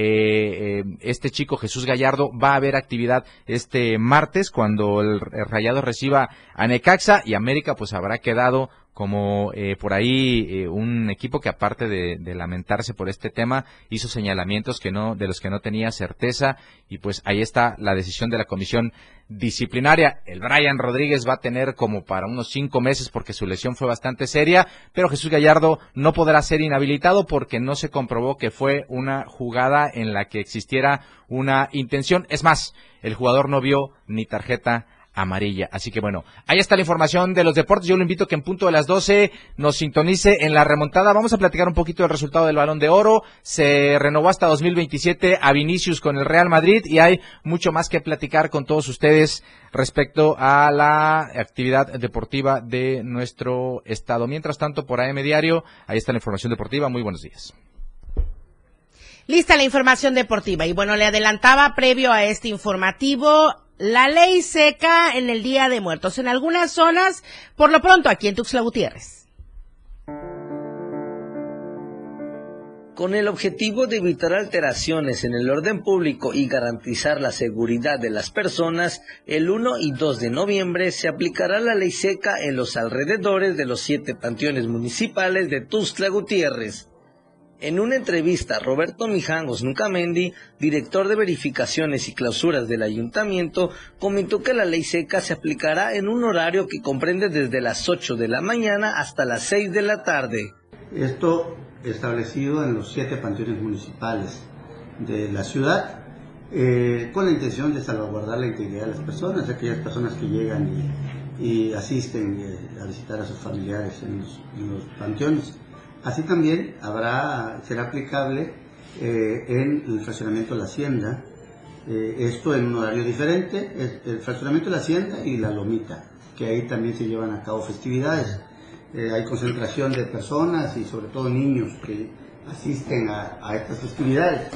este chico Jesús Gallardo va a haber actividad este martes cuando el Rayado reciba a Necaxa, y América pues habrá quedado como por ahí un equipo que, aparte de lamentarse por este tema, hizo señalamientos de los que no tenía certeza, y pues ahí está la decisión de la comisión disciplinaria. El Brian Rodríguez va a tener como para unos 5 meses porque su lesión fue bastante seria, pero Jesús Gallardo no podrá ser inhabilitado porque no se comprobó que fue una jugada en la que existiera una intención. Es más, el jugador no vio ni tarjeta amarilla. Así que bueno, ahí está la información de los deportes. Yo lo invito a que en punto de las 12 nos sintonice en la remontada. Vamos a platicar un poquito del resultado del Balón de Oro. Se renovó hasta 2027 a Vinicius con el Real Madrid, y hay mucho más que platicar con todos ustedes respecto a la actividad deportiva de nuestro estado. Mientras tanto, por AM Diario, ahí está la información deportiva. Muy buenos días. Lista la información deportiva. Y bueno, le adelantaba previo a este informativo, la ley seca en el Día de Muertos en algunas zonas, por lo pronto aquí en Tuxtla Gutiérrez. Con el objetivo de evitar alteraciones en el orden público y garantizar la seguridad de las personas, el 1 y 2 de noviembre se aplicará la ley seca en los alrededores de los 7 panteones municipales de Tuxtla Gutiérrez. En una entrevista, Roberto Mijangos Nucamendi, director de verificaciones y clausuras del ayuntamiento, comentó que la ley seca se aplicará en un horario que comprende desde las 8 de la mañana hasta las 6 de la tarde. Esto establecido en los 7 panteones municipales de la ciudad, con la intención de salvaguardar la integridad de las personas, aquellas personas que llegan y asisten a visitar a sus familiares en los panteones. Así también será aplicable en el fraccionamiento de la Hacienda, esto en un horario diferente, el fraccionamiento de la Hacienda y la Lomita. que ahí también se llevan a cabo festividades. Hay concentración de personas y sobre todo niños que asisten a estas festividades.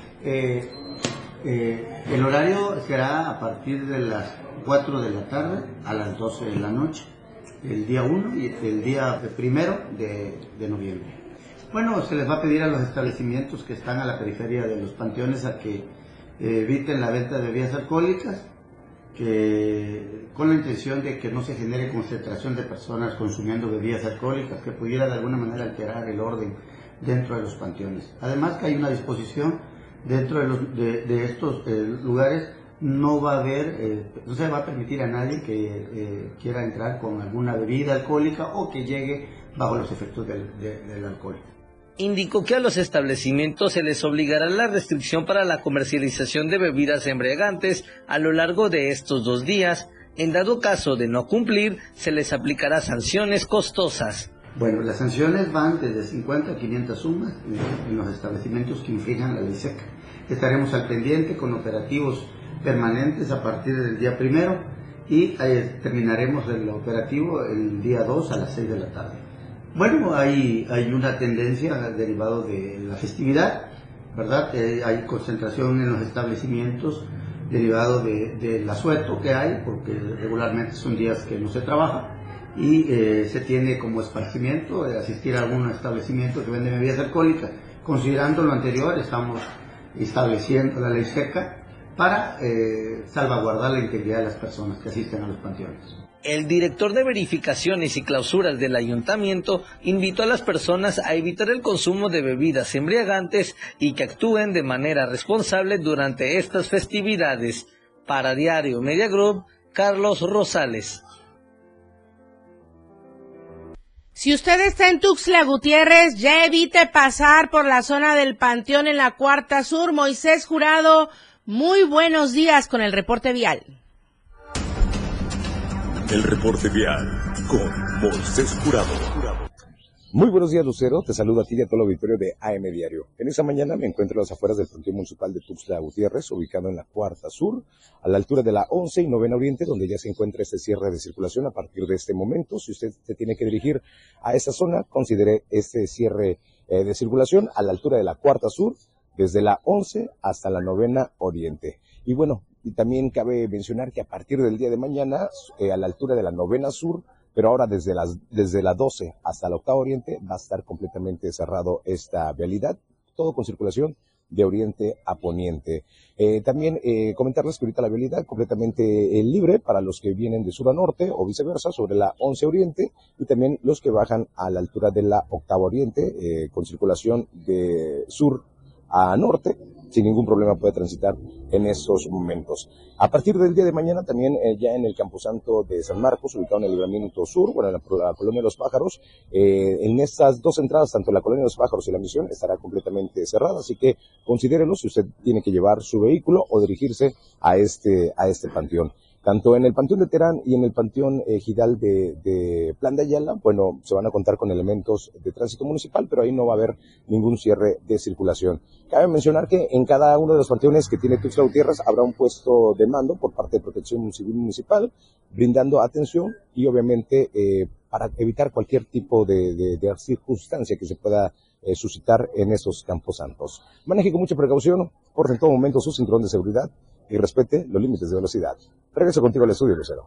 El horario será a partir de las 4 de la tarde a las 12 de la noche, el día 1 y el día 1 de noviembre. Bueno, se les va a pedir a los establecimientos que están a la periferia de los panteones a que eviten la venta de bebidas alcohólicas, con la intención de que no se genere concentración de personas consumiendo bebidas alcohólicas que pudiera de alguna manera alterar el orden dentro de los panteones. Además que hay una disposición dentro de estos lugares, no se va a permitir a nadie que quiera entrar con alguna bebida alcohólica o que llegue bajo los efectos del alcohol. Indicó que a los establecimientos se les obligará la restricción para la comercialización de bebidas embriagantes a lo largo de estos 2 días. En dado caso de no cumplir, se les aplicará sanciones costosas. Bueno, las sanciones van desde 50 a 500 sumas en los establecimientos que infrinjan la ley seca. Estaremos al pendiente con operativos permanentes a partir del día 1 y terminaremos el operativo el día 2 a las 6 de la tarde. Bueno, hay una tendencia derivado de la festividad, ¿verdad? Hay concentración en los establecimientos derivado del asueto que hay, porque regularmente son días que no se trabaja, y se tiene como esparcimiento de asistir a algún establecimiento que vende bebidas alcohólicas. Considerando lo anterior, estamos estableciendo la ley seca para salvaguardar la integridad de las personas que asisten a los panteones. El director de verificaciones y clausuras del ayuntamiento invitó a las personas a evitar el consumo de bebidas embriagantes y que actúen de manera responsable durante estas festividades. Para Diario Media Group, Carlos Rosales. Si usted está en Tuxtla Gutiérrez, ya evite pasar por la zona del Panteón en la Cuarta Sur. Moisés Jurado, muy buenos días con el reporte vial. El reporte vial con Moisés Jurado. Muy buenos días, Lucero. Te saludo a ti y a todo el auditorio de AM Diario. En esta mañana me encuentro a las afueras del Panteón Municipal de Tuxtla Gutiérrez, ubicado en la Cuarta Sur, a la altura de la 11 y 9 Oriente, donde ya se encuentra este cierre de circulación a partir de este momento. Si usted se tiene que dirigir a esa zona, considere este cierre de circulación a la altura de la Cuarta Sur, desde la 11 hasta la 9 Oriente. Y bueno, y también cabe mencionar que a partir del día de mañana, a la altura de la 9 Sur, pero ahora desde la 12 hasta la 8 Oriente, va a estar completamente cerrado esta vialidad, todo con circulación de oriente a poniente. También comentarles que ahorita la vialidad completamente libre para los que vienen de sur a norte o viceversa sobre la 11 Oriente, y también los que bajan a la altura de la 8 Oriente, con circulación de sur a norte, sin ningún problema puede transitar en estos momentos. A partir del día de mañana también ya en el Camposanto de San Marcos, ubicado en el libramiento sur, bueno, en la Colonia de los Pájaros, en estas dos entradas, tanto la Colonia de los Pájaros y la Misión, estará completamente cerrada, así que considérelo si usted tiene que llevar su vehículo o dirigirse a este panteón. Tanto en el Panteón de Terán y en el Panteón Gidal de Plan de Ayala, bueno, se van a contar con elementos de tránsito municipal, pero ahí no va a haber ningún cierre de circulación. Cabe mencionar que en cada uno de los panteones que tiene Tuxtla Gutiérrez habrá un puesto de mando por parte de Protección Civil Municipal, brindando atención y obviamente para evitar cualquier tipo de circunstancia que se pueda suscitar en esos camposantos. Maneje con mucha precaución, porte en todo momento su cinturón de seguridad y respete los límites de velocidad. Regreso contigo al estudio, Lucero.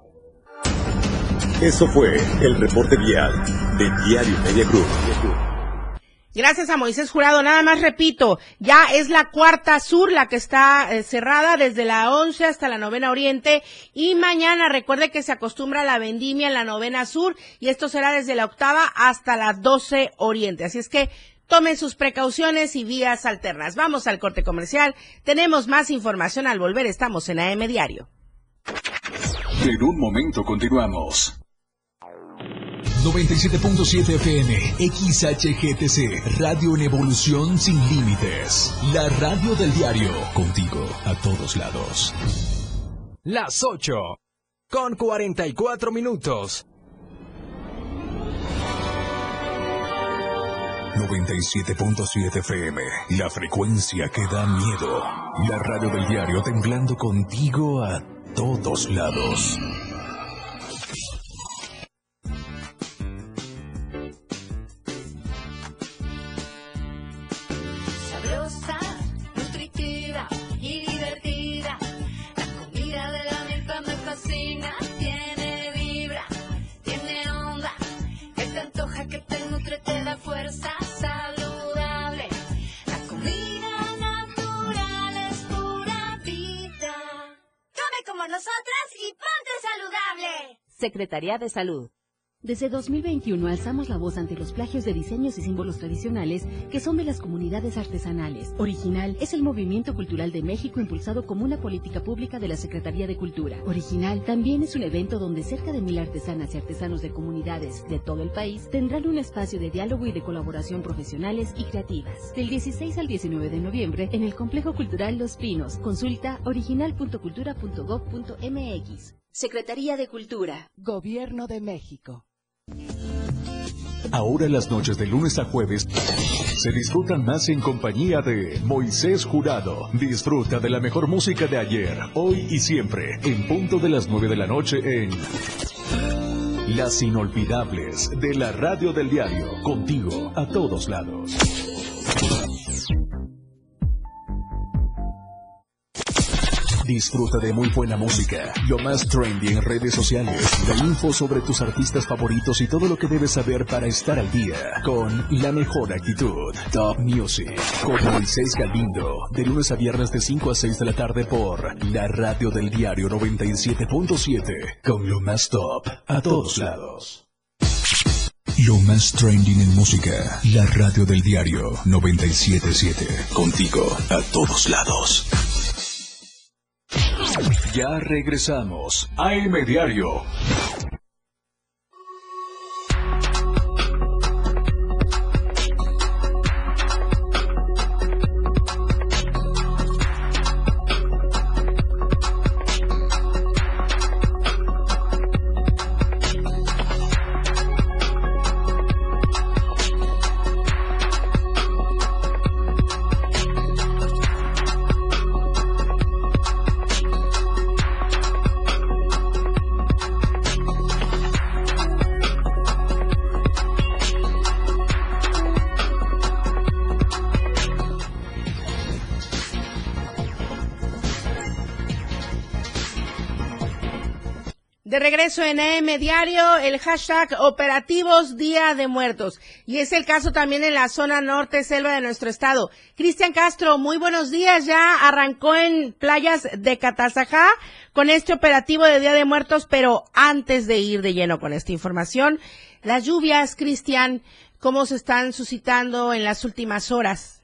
Eso fue el reporte vial de Diario Media Group. Gracias a Moisés Jurado. Nada más repito, ya es la Cuarta Sur la que está cerrada desde la 11 hasta la 9 Oriente, y mañana recuerde que se acostumbra a la vendimia en la 9 Sur, y esto será desde la 8 hasta la 12 Oriente. Así es que tomen sus precauciones y vías alternas. Vamos al corte comercial. Tenemos más información al volver. Estamos en AM Diario. En un momento continuamos. 97.7 FM, XHGTC, Radio en Evolución Sin Límites. La radio del diario, contigo a todos lados. Las 8, con 44 minutos. 97.7 FM, la frecuencia que da miedo. La radio del diario temblando contigo a todos lados. nutrete, da fuerza saludable. La comida natural es pura vida. Come como nosotras y ponte saludable. Secretaría de Salud. Desde 2021 alzamos la voz ante los plagios de diseños y símbolos tradicionales que son de las comunidades artesanales. Original es el movimiento cultural de México impulsado como una política pública de la Secretaría de Cultura. Original también es un evento donde cerca de 1000 artesanas y artesanos de comunidades de todo el país tendrán un espacio de diálogo y de colaboración profesionales y creativas. Del 16 al 19 de noviembre en el Complejo Cultural Los Pinos. Consulta original.cultura.gov.mx. Secretaría de Cultura. Gobierno de México. Ahora las noches de lunes a jueves se disfrutan más en compañía de Moisés Jurado. Disfruta de la mejor música de ayer, hoy y siempre, en punto de las 9 de la noche en Las Inolvidables de la Radio del Diario. Contigo a todos lados. Disfruta de muy buena música, lo más trendy en redes sociales, la info sobre tus artistas favoritos y todo lo que debes saber para estar al día con la mejor actitud. Top Music con Moisés Galindo, de lunes a viernes de 5 a 6 de la tarde por la Radio del Diario 97.7, con lo más top a todos lados. Lo más trending en música, la Radio del Diario 97.7, contigo a todos lados. Ya regresamos. AM Diario. De regreso en AM Diario, el hashtag Operativos Día de Muertos. Y es el caso también en la zona norte selva de nuestro estado. Cristian Castro, muy buenos días. Ya arrancó en playas de Catazajá con este operativo de Día de Muertos, pero antes de ir de lleno con esta información, las lluvias, Cristian, ¿cómo se están suscitando en las últimas horas?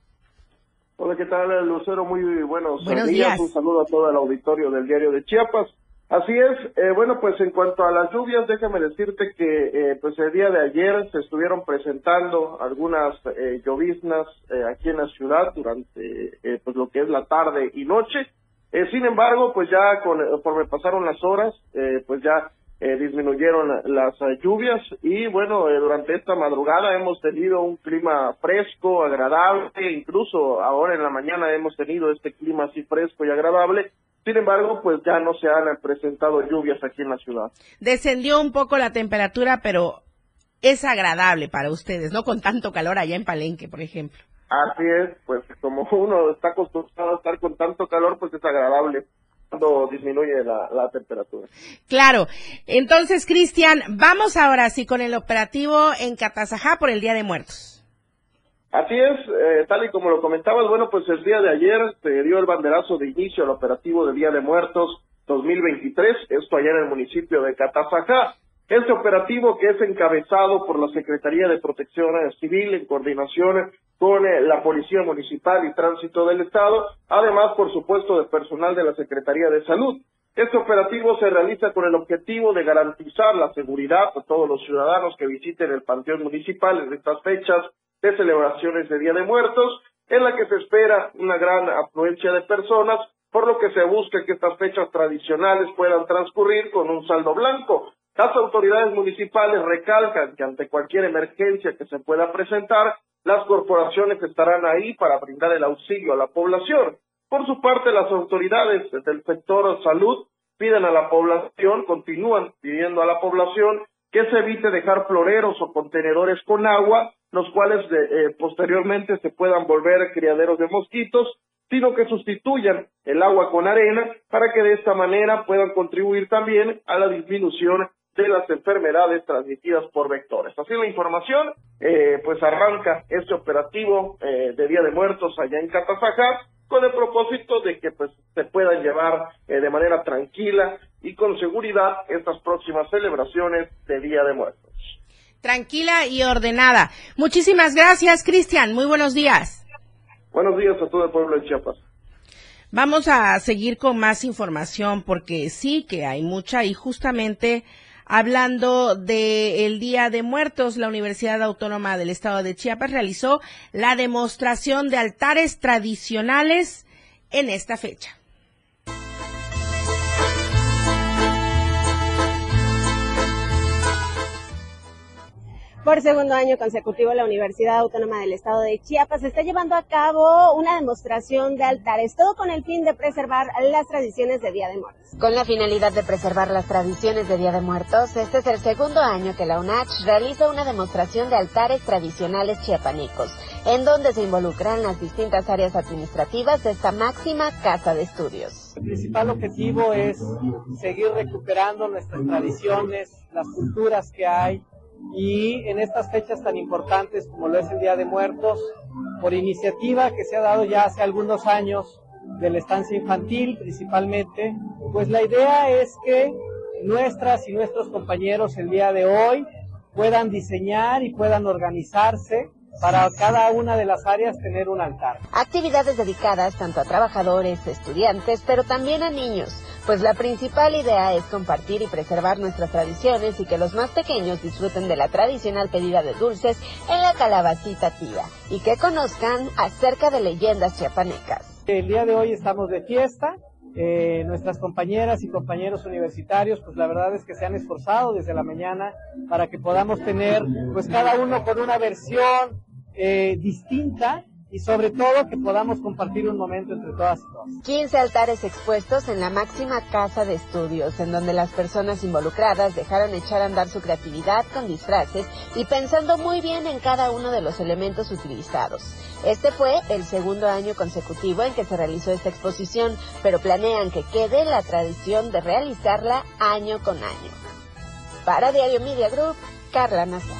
Hola, ¿qué tal, Lucero? Muy buenos días. Un saludo a todo el auditorio del Diario de Chiapas. Así es, bueno, pues en cuanto a las lluvias, déjame decirte que pues el día de ayer se estuvieron presentando algunas lloviznas aquí en la ciudad durante pues lo que es la tarde y noche. Sin embargo, pues ya conforme pasaron las horas, pues ya disminuyeron las lluvias y bueno, durante esta madrugada hemos tenido un clima fresco, agradable, incluso ahora en la mañana hemos tenido este clima así fresco y agradable. Sin embargo, pues ya no se han presentado lluvias aquí en la ciudad. Descendió un poco la temperatura, pero es agradable para ustedes, ¿no? Con tanto calor allá en Palenque, por ejemplo. Así es, pues como uno está acostumbrado a estar con tanto calor, pues es agradable cuando disminuye la temperatura. Claro. Entonces, Cristian, vamos ahora sí con el operativo en Catazajá por el Día de Muertos. Así es, tal y como lo comentabas, bueno, pues el día de ayer se dio el banderazo de inicio al operativo de Día de Muertos 2023, esto allá en el municipio de Catazajá. Este operativo que es encabezado por la Secretaría de Protección Civil en coordinación con la Policía Municipal y Tránsito del Estado, además, por supuesto, de personal de la Secretaría de Salud. Este operativo se realiza con el objetivo de garantizar la seguridad de todos los ciudadanos que visiten el Panteón Municipal en estas fechas de celebraciones de Día de Muertos, en la que se espera una gran afluencia de personas, por lo que se busca que estas fechas tradicionales puedan transcurrir con un saldo blanco. Las autoridades municipales recalcan que ante cualquier emergencia que se pueda presentar, las corporaciones estarán ahí para brindar el auxilio a la población. Por su parte, las autoridades del sector salud piden a la población, continúan pidiendo a la población que se evite dejar floreros o contenedores con agua, los cuales posteriormente se puedan volver criaderos de mosquitos, sino que sustituyan el agua con arena para que de esta manera puedan contribuir también a la disminución de las enfermedades transmitidas por vectores. Así la información, pues arranca este operativo de Día de Muertos allá en Catazajá, con el propósito de que pues se puedan llevar de manera tranquila y con seguridad estas próximas celebraciones de Día de Muertos. Tranquila y ordenada. Muchísimas gracias, Cristian. Muy buenos días. Buenos días a todo el pueblo de Chiapas. Vamos a seguir con más información porque sí que hay mucha, y justamente hablando del Día de Muertos, la Universidad Autónoma del Estado de Chiapas realizó la demostración de altares tradicionales en esta fecha. Por segundo año consecutivo, la Universidad Autónoma del Estado de Chiapas está llevando a cabo una demostración de altares, todo con el fin de preservar las tradiciones de Día de Muertos. Con la finalidad de preservar las tradiciones de Día de Muertos, este es el segundo año que la UNACH realiza una demostración de altares tradicionales chiapanecos, en donde se involucran las distintas áreas administrativas de esta máxima casa de estudios. El principal objetivo es seguir recuperando nuestras tradiciones, las culturas que hay, y en estas fechas tan importantes como lo es el Día de Muertos, por iniciativa que se ha dado ya hace algunos años de la estancia infantil principalmente, pues la idea es que nuestras y nuestros compañeros el día de hoy puedan diseñar y puedan organizarse para cada una de las áreas tener un altar. Actividades dedicadas tanto a trabajadores, estudiantes, pero también a niños, pues la principal idea es compartir y preservar nuestras tradiciones y que los más pequeños disfruten de la tradicional pedida de dulces en la calabacita tía y que conozcan acerca de leyendas chiapanecas. El día de hoy estamos de fiesta. Nuestras compañeras y compañeros universitarios, pues la verdad es que se han esforzado desde la mañana para que podamos tener, pues cada uno con una versión distinta, y sobre todo que podamos compartir un momento entre todas y todos. 15 altares expuestos en la máxima casa de estudios, en donde las personas involucradas dejaron echar a andar su creatividad con disfraces y pensando muy bien en cada uno de los elementos utilizados. Este fue el segundo año consecutivo en que se realizó esta exposición, pero planean que quede la tradición de realizarla año con año. Para Diario Media Group, Carla Nazar.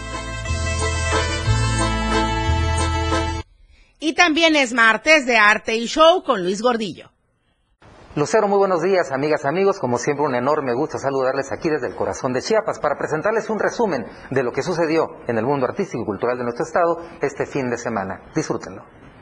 Y también es martes de Arte y Show con Luis Gordillo. Lucero, muy buenos días, amigas, amigos. Como siempre, un enorme gusto saludarles aquí desde el corazón de Chiapas para presentarles un resumen de lo que sucedió en el mundo artístico y cultural de nuestro estado este fin de semana. Disfrútenlo.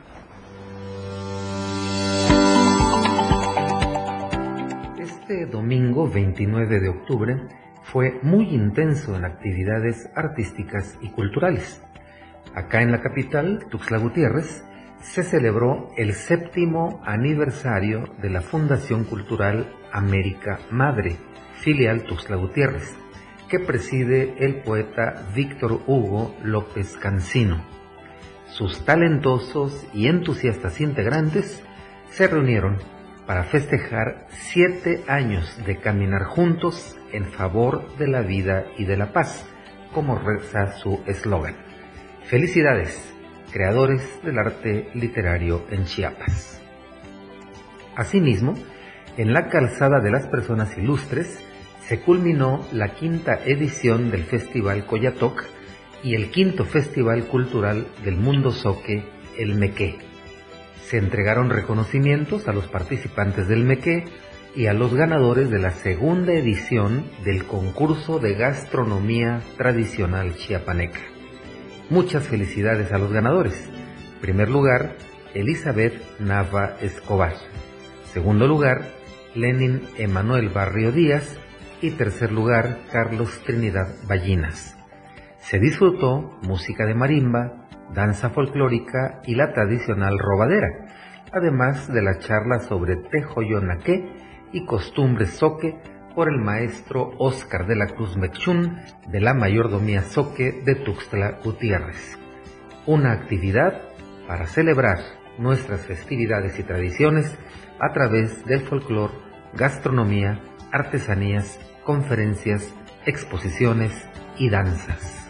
Este domingo 29 de octubre fue muy intenso en actividades artísticas y culturales. Acá en la capital, Tuxtla Gutiérrez, se celebró el 7º aniversario de la Fundación Cultural América Madre, filial Tuxtla Gutiérrez, que preside el poeta Víctor Hugo López Cancino. Sus talentosos y entusiastas integrantes se reunieron para festejar 7 años de caminar juntos en favor de la vida y de la paz, como reza su eslogan. Felicidades, creadores del arte literario en Chiapas. Asimismo, en la Calzada de las Personas Ilustres se culminó la 5ª edición del Festival Coyatoc y el 5º Festival Cultural del Mundo Zoque, el Mequé. Se entregaron reconocimientos a los participantes del Mequé y a los ganadores de la 2ª edición del concurso de gastronomía tradicional chiapaneca. Muchas felicidades a los ganadores. Primer lugar, Elizabeth Nava Escobar. Segundo lugar, Lenin Emanuel Barrio Díaz. Y tercer lugar, Carlos Trinidad Ballinas. Se disfrutó música de marimba, danza folclórica y la tradicional robadera, además de la charla sobre tejoyonaqué y costumbres zoque por el maestro Óscar de la Cruz Mechún de la Mayordomía Zoque de Tuxtla Gutiérrez. Una actividad para celebrar nuestras festividades y tradiciones a través del folclor, gastronomía, artesanías, conferencias, exposiciones y danzas.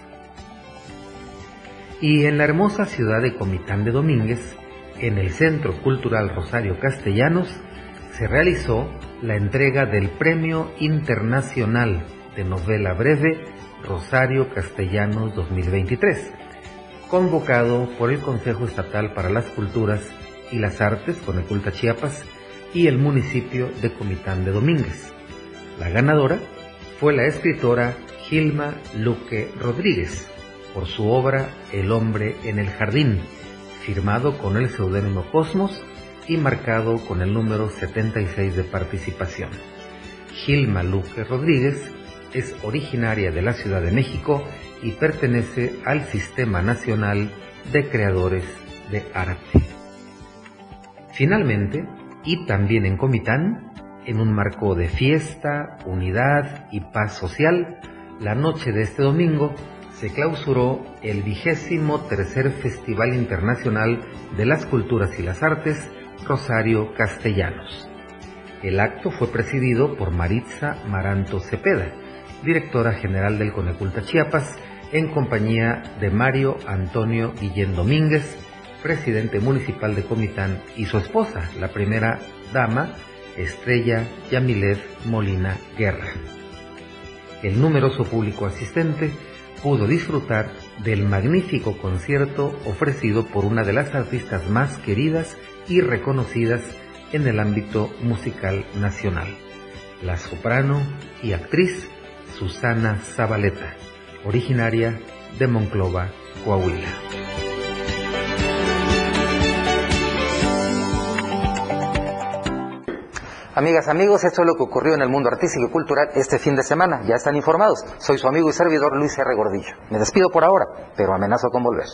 Y en la hermosa ciudad de Comitán de Domínguez, en el Centro Cultural Rosario Castellanos, se realizó la entrega del Premio Internacional de novela breve Rosario Castellanos 2023, convocado por el Consejo Estatal para las Culturas y las Artes, Coneculta Chiapas, y el municipio de Comitán de Domínguez. La ganadora fue la escritora Gilma Luque Rodríguez, por su obra El hombre en el jardín, firmado con el seudónimo Cosmos y marcado con el número 76 de participación. Gilma Luque Rodríguez es originaria de la Ciudad de México y pertenece al Sistema Nacional de Creadores de Arte. Finalmente, y también en Comitán, en un marco de fiesta, unidad y paz social, la noche de este domingo se clausuró el 23º Festival Internacional de las Culturas y las Artes Rosario Castellanos. El acto fue presidido por Maritza Maranto Cepeda, directora general del Coneculta Chiapas, en compañía de Mario Antonio Guillén Domínguez, presidente municipal de Comitán, y su esposa, la primera dama, Estrella Yamilet Molina Guerra. El numeroso público asistente pudo disfrutar del magnífico concierto ofrecido por una de las artistas más queridas y reconocidas en el ámbito musical nacional, la soprano y actriz Susana Zabaleta, originaria de Monclova, Coahuila. Amigas, amigos, esto es lo que ocurrió en el mundo artístico y cultural este fin de semana. Ya están informados. Soy su amigo y servidor Luis R. Gordillo. Me despido por ahora, pero amenazo con volver.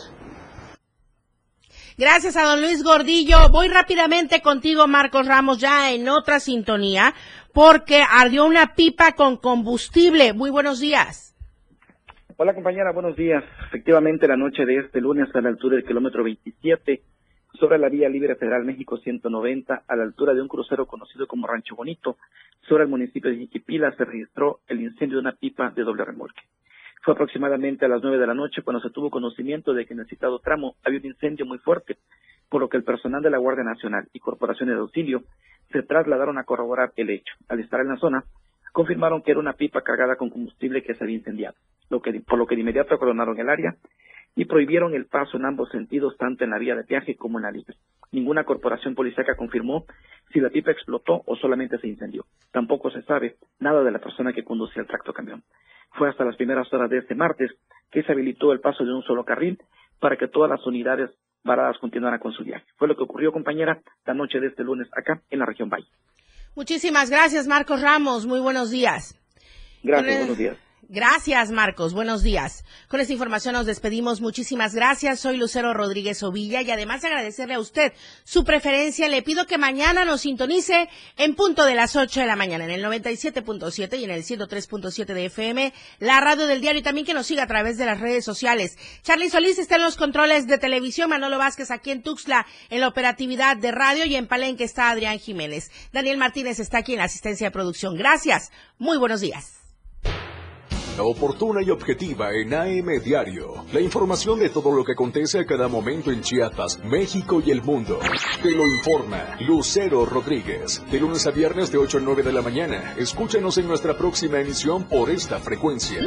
Gracias a don Luis Gordillo. Voy rápidamente contigo, Marcos Ramos, ya en otra sintonía, porque ardió una pipa con combustible. Muy buenos días. Hola, compañera, buenos días. Efectivamente, la noche de este lunes, a la altura del kilómetro 27, sobre la Vía Libre Federal México 190, a la altura de un crucero conocido como Rancho Bonito, sobre el municipio de Jiquipila, se registró el incendio de una pipa de doble remolque. Fue aproximadamente a las 9 de la noche cuando se tuvo conocimiento de que en el citado tramo había un incendio muy fuerte, por lo que el personal de la Guardia Nacional y corporaciones de auxilio se trasladaron a corroborar el hecho. Al estar en la zona, confirmaron que era una pipa cargada con combustible que se había incendiado, por lo que de inmediato acordonaron el área y prohibieron el paso en ambos sentidos, tanto en la vía de peaje como en la libre. Ninguna corporación policíaca confirmó si la pipa explotó o solamente se incendió. Tampoco se sabe nada de la persona que conducía el tractocamión. Fue hasta las primeras horas de este martes que se habilitó el paso de un solo carril para que todas las unidades varadas continuaran con su viaje. Fue lo que ocurrió, compañera, la noche de este lunes acá en la región Valle. Muchísimas gracias, Marcos Ramos. Muy buenos días. Gracias, buenos días. Gracias, Marcos. Buenos días. Con esta información nos despedimos. Muchísimas gracias. Soy Lucero Rodríguez Ovilla y además agradecerle a usted su preferencia. Le pido que mañana nos sintonice en punto de las 8 de la mañana en el 97.7 y en el 103.7 de FM, la radio del diario, y también que nos siga a través de las redes sociales. Charly Solís está en los controles de televisión, Manolo Vázquez aquí en Tuxtla en la operatividad de radio y en Palenque está Adrián Jiménez. Daniel Martínez está aquí en la asistencia de producción. Gracias. Muy buenos días. Oportuna y objetiva en AM Diario. La información de todo lo que acontece a cada momento en Chiapas, México y el mundo. Te lo informa Lucero Rodríguez. De lunes a viernes de 8 a 9 de la mañana. Escúchanos en nuestra próxima emisión por esta frecuencia.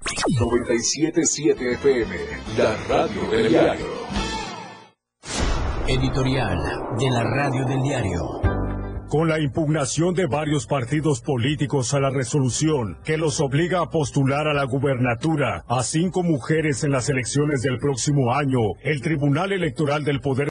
97.7 FM, la radio del diario. Editorial de la radio del diario. Con la impugnación de varios partidos políticos a la resolución que los obliga a postular a la gubernatura a 5 mujeres en las elecciones del próximo año, el Tribunal Electoral del Poder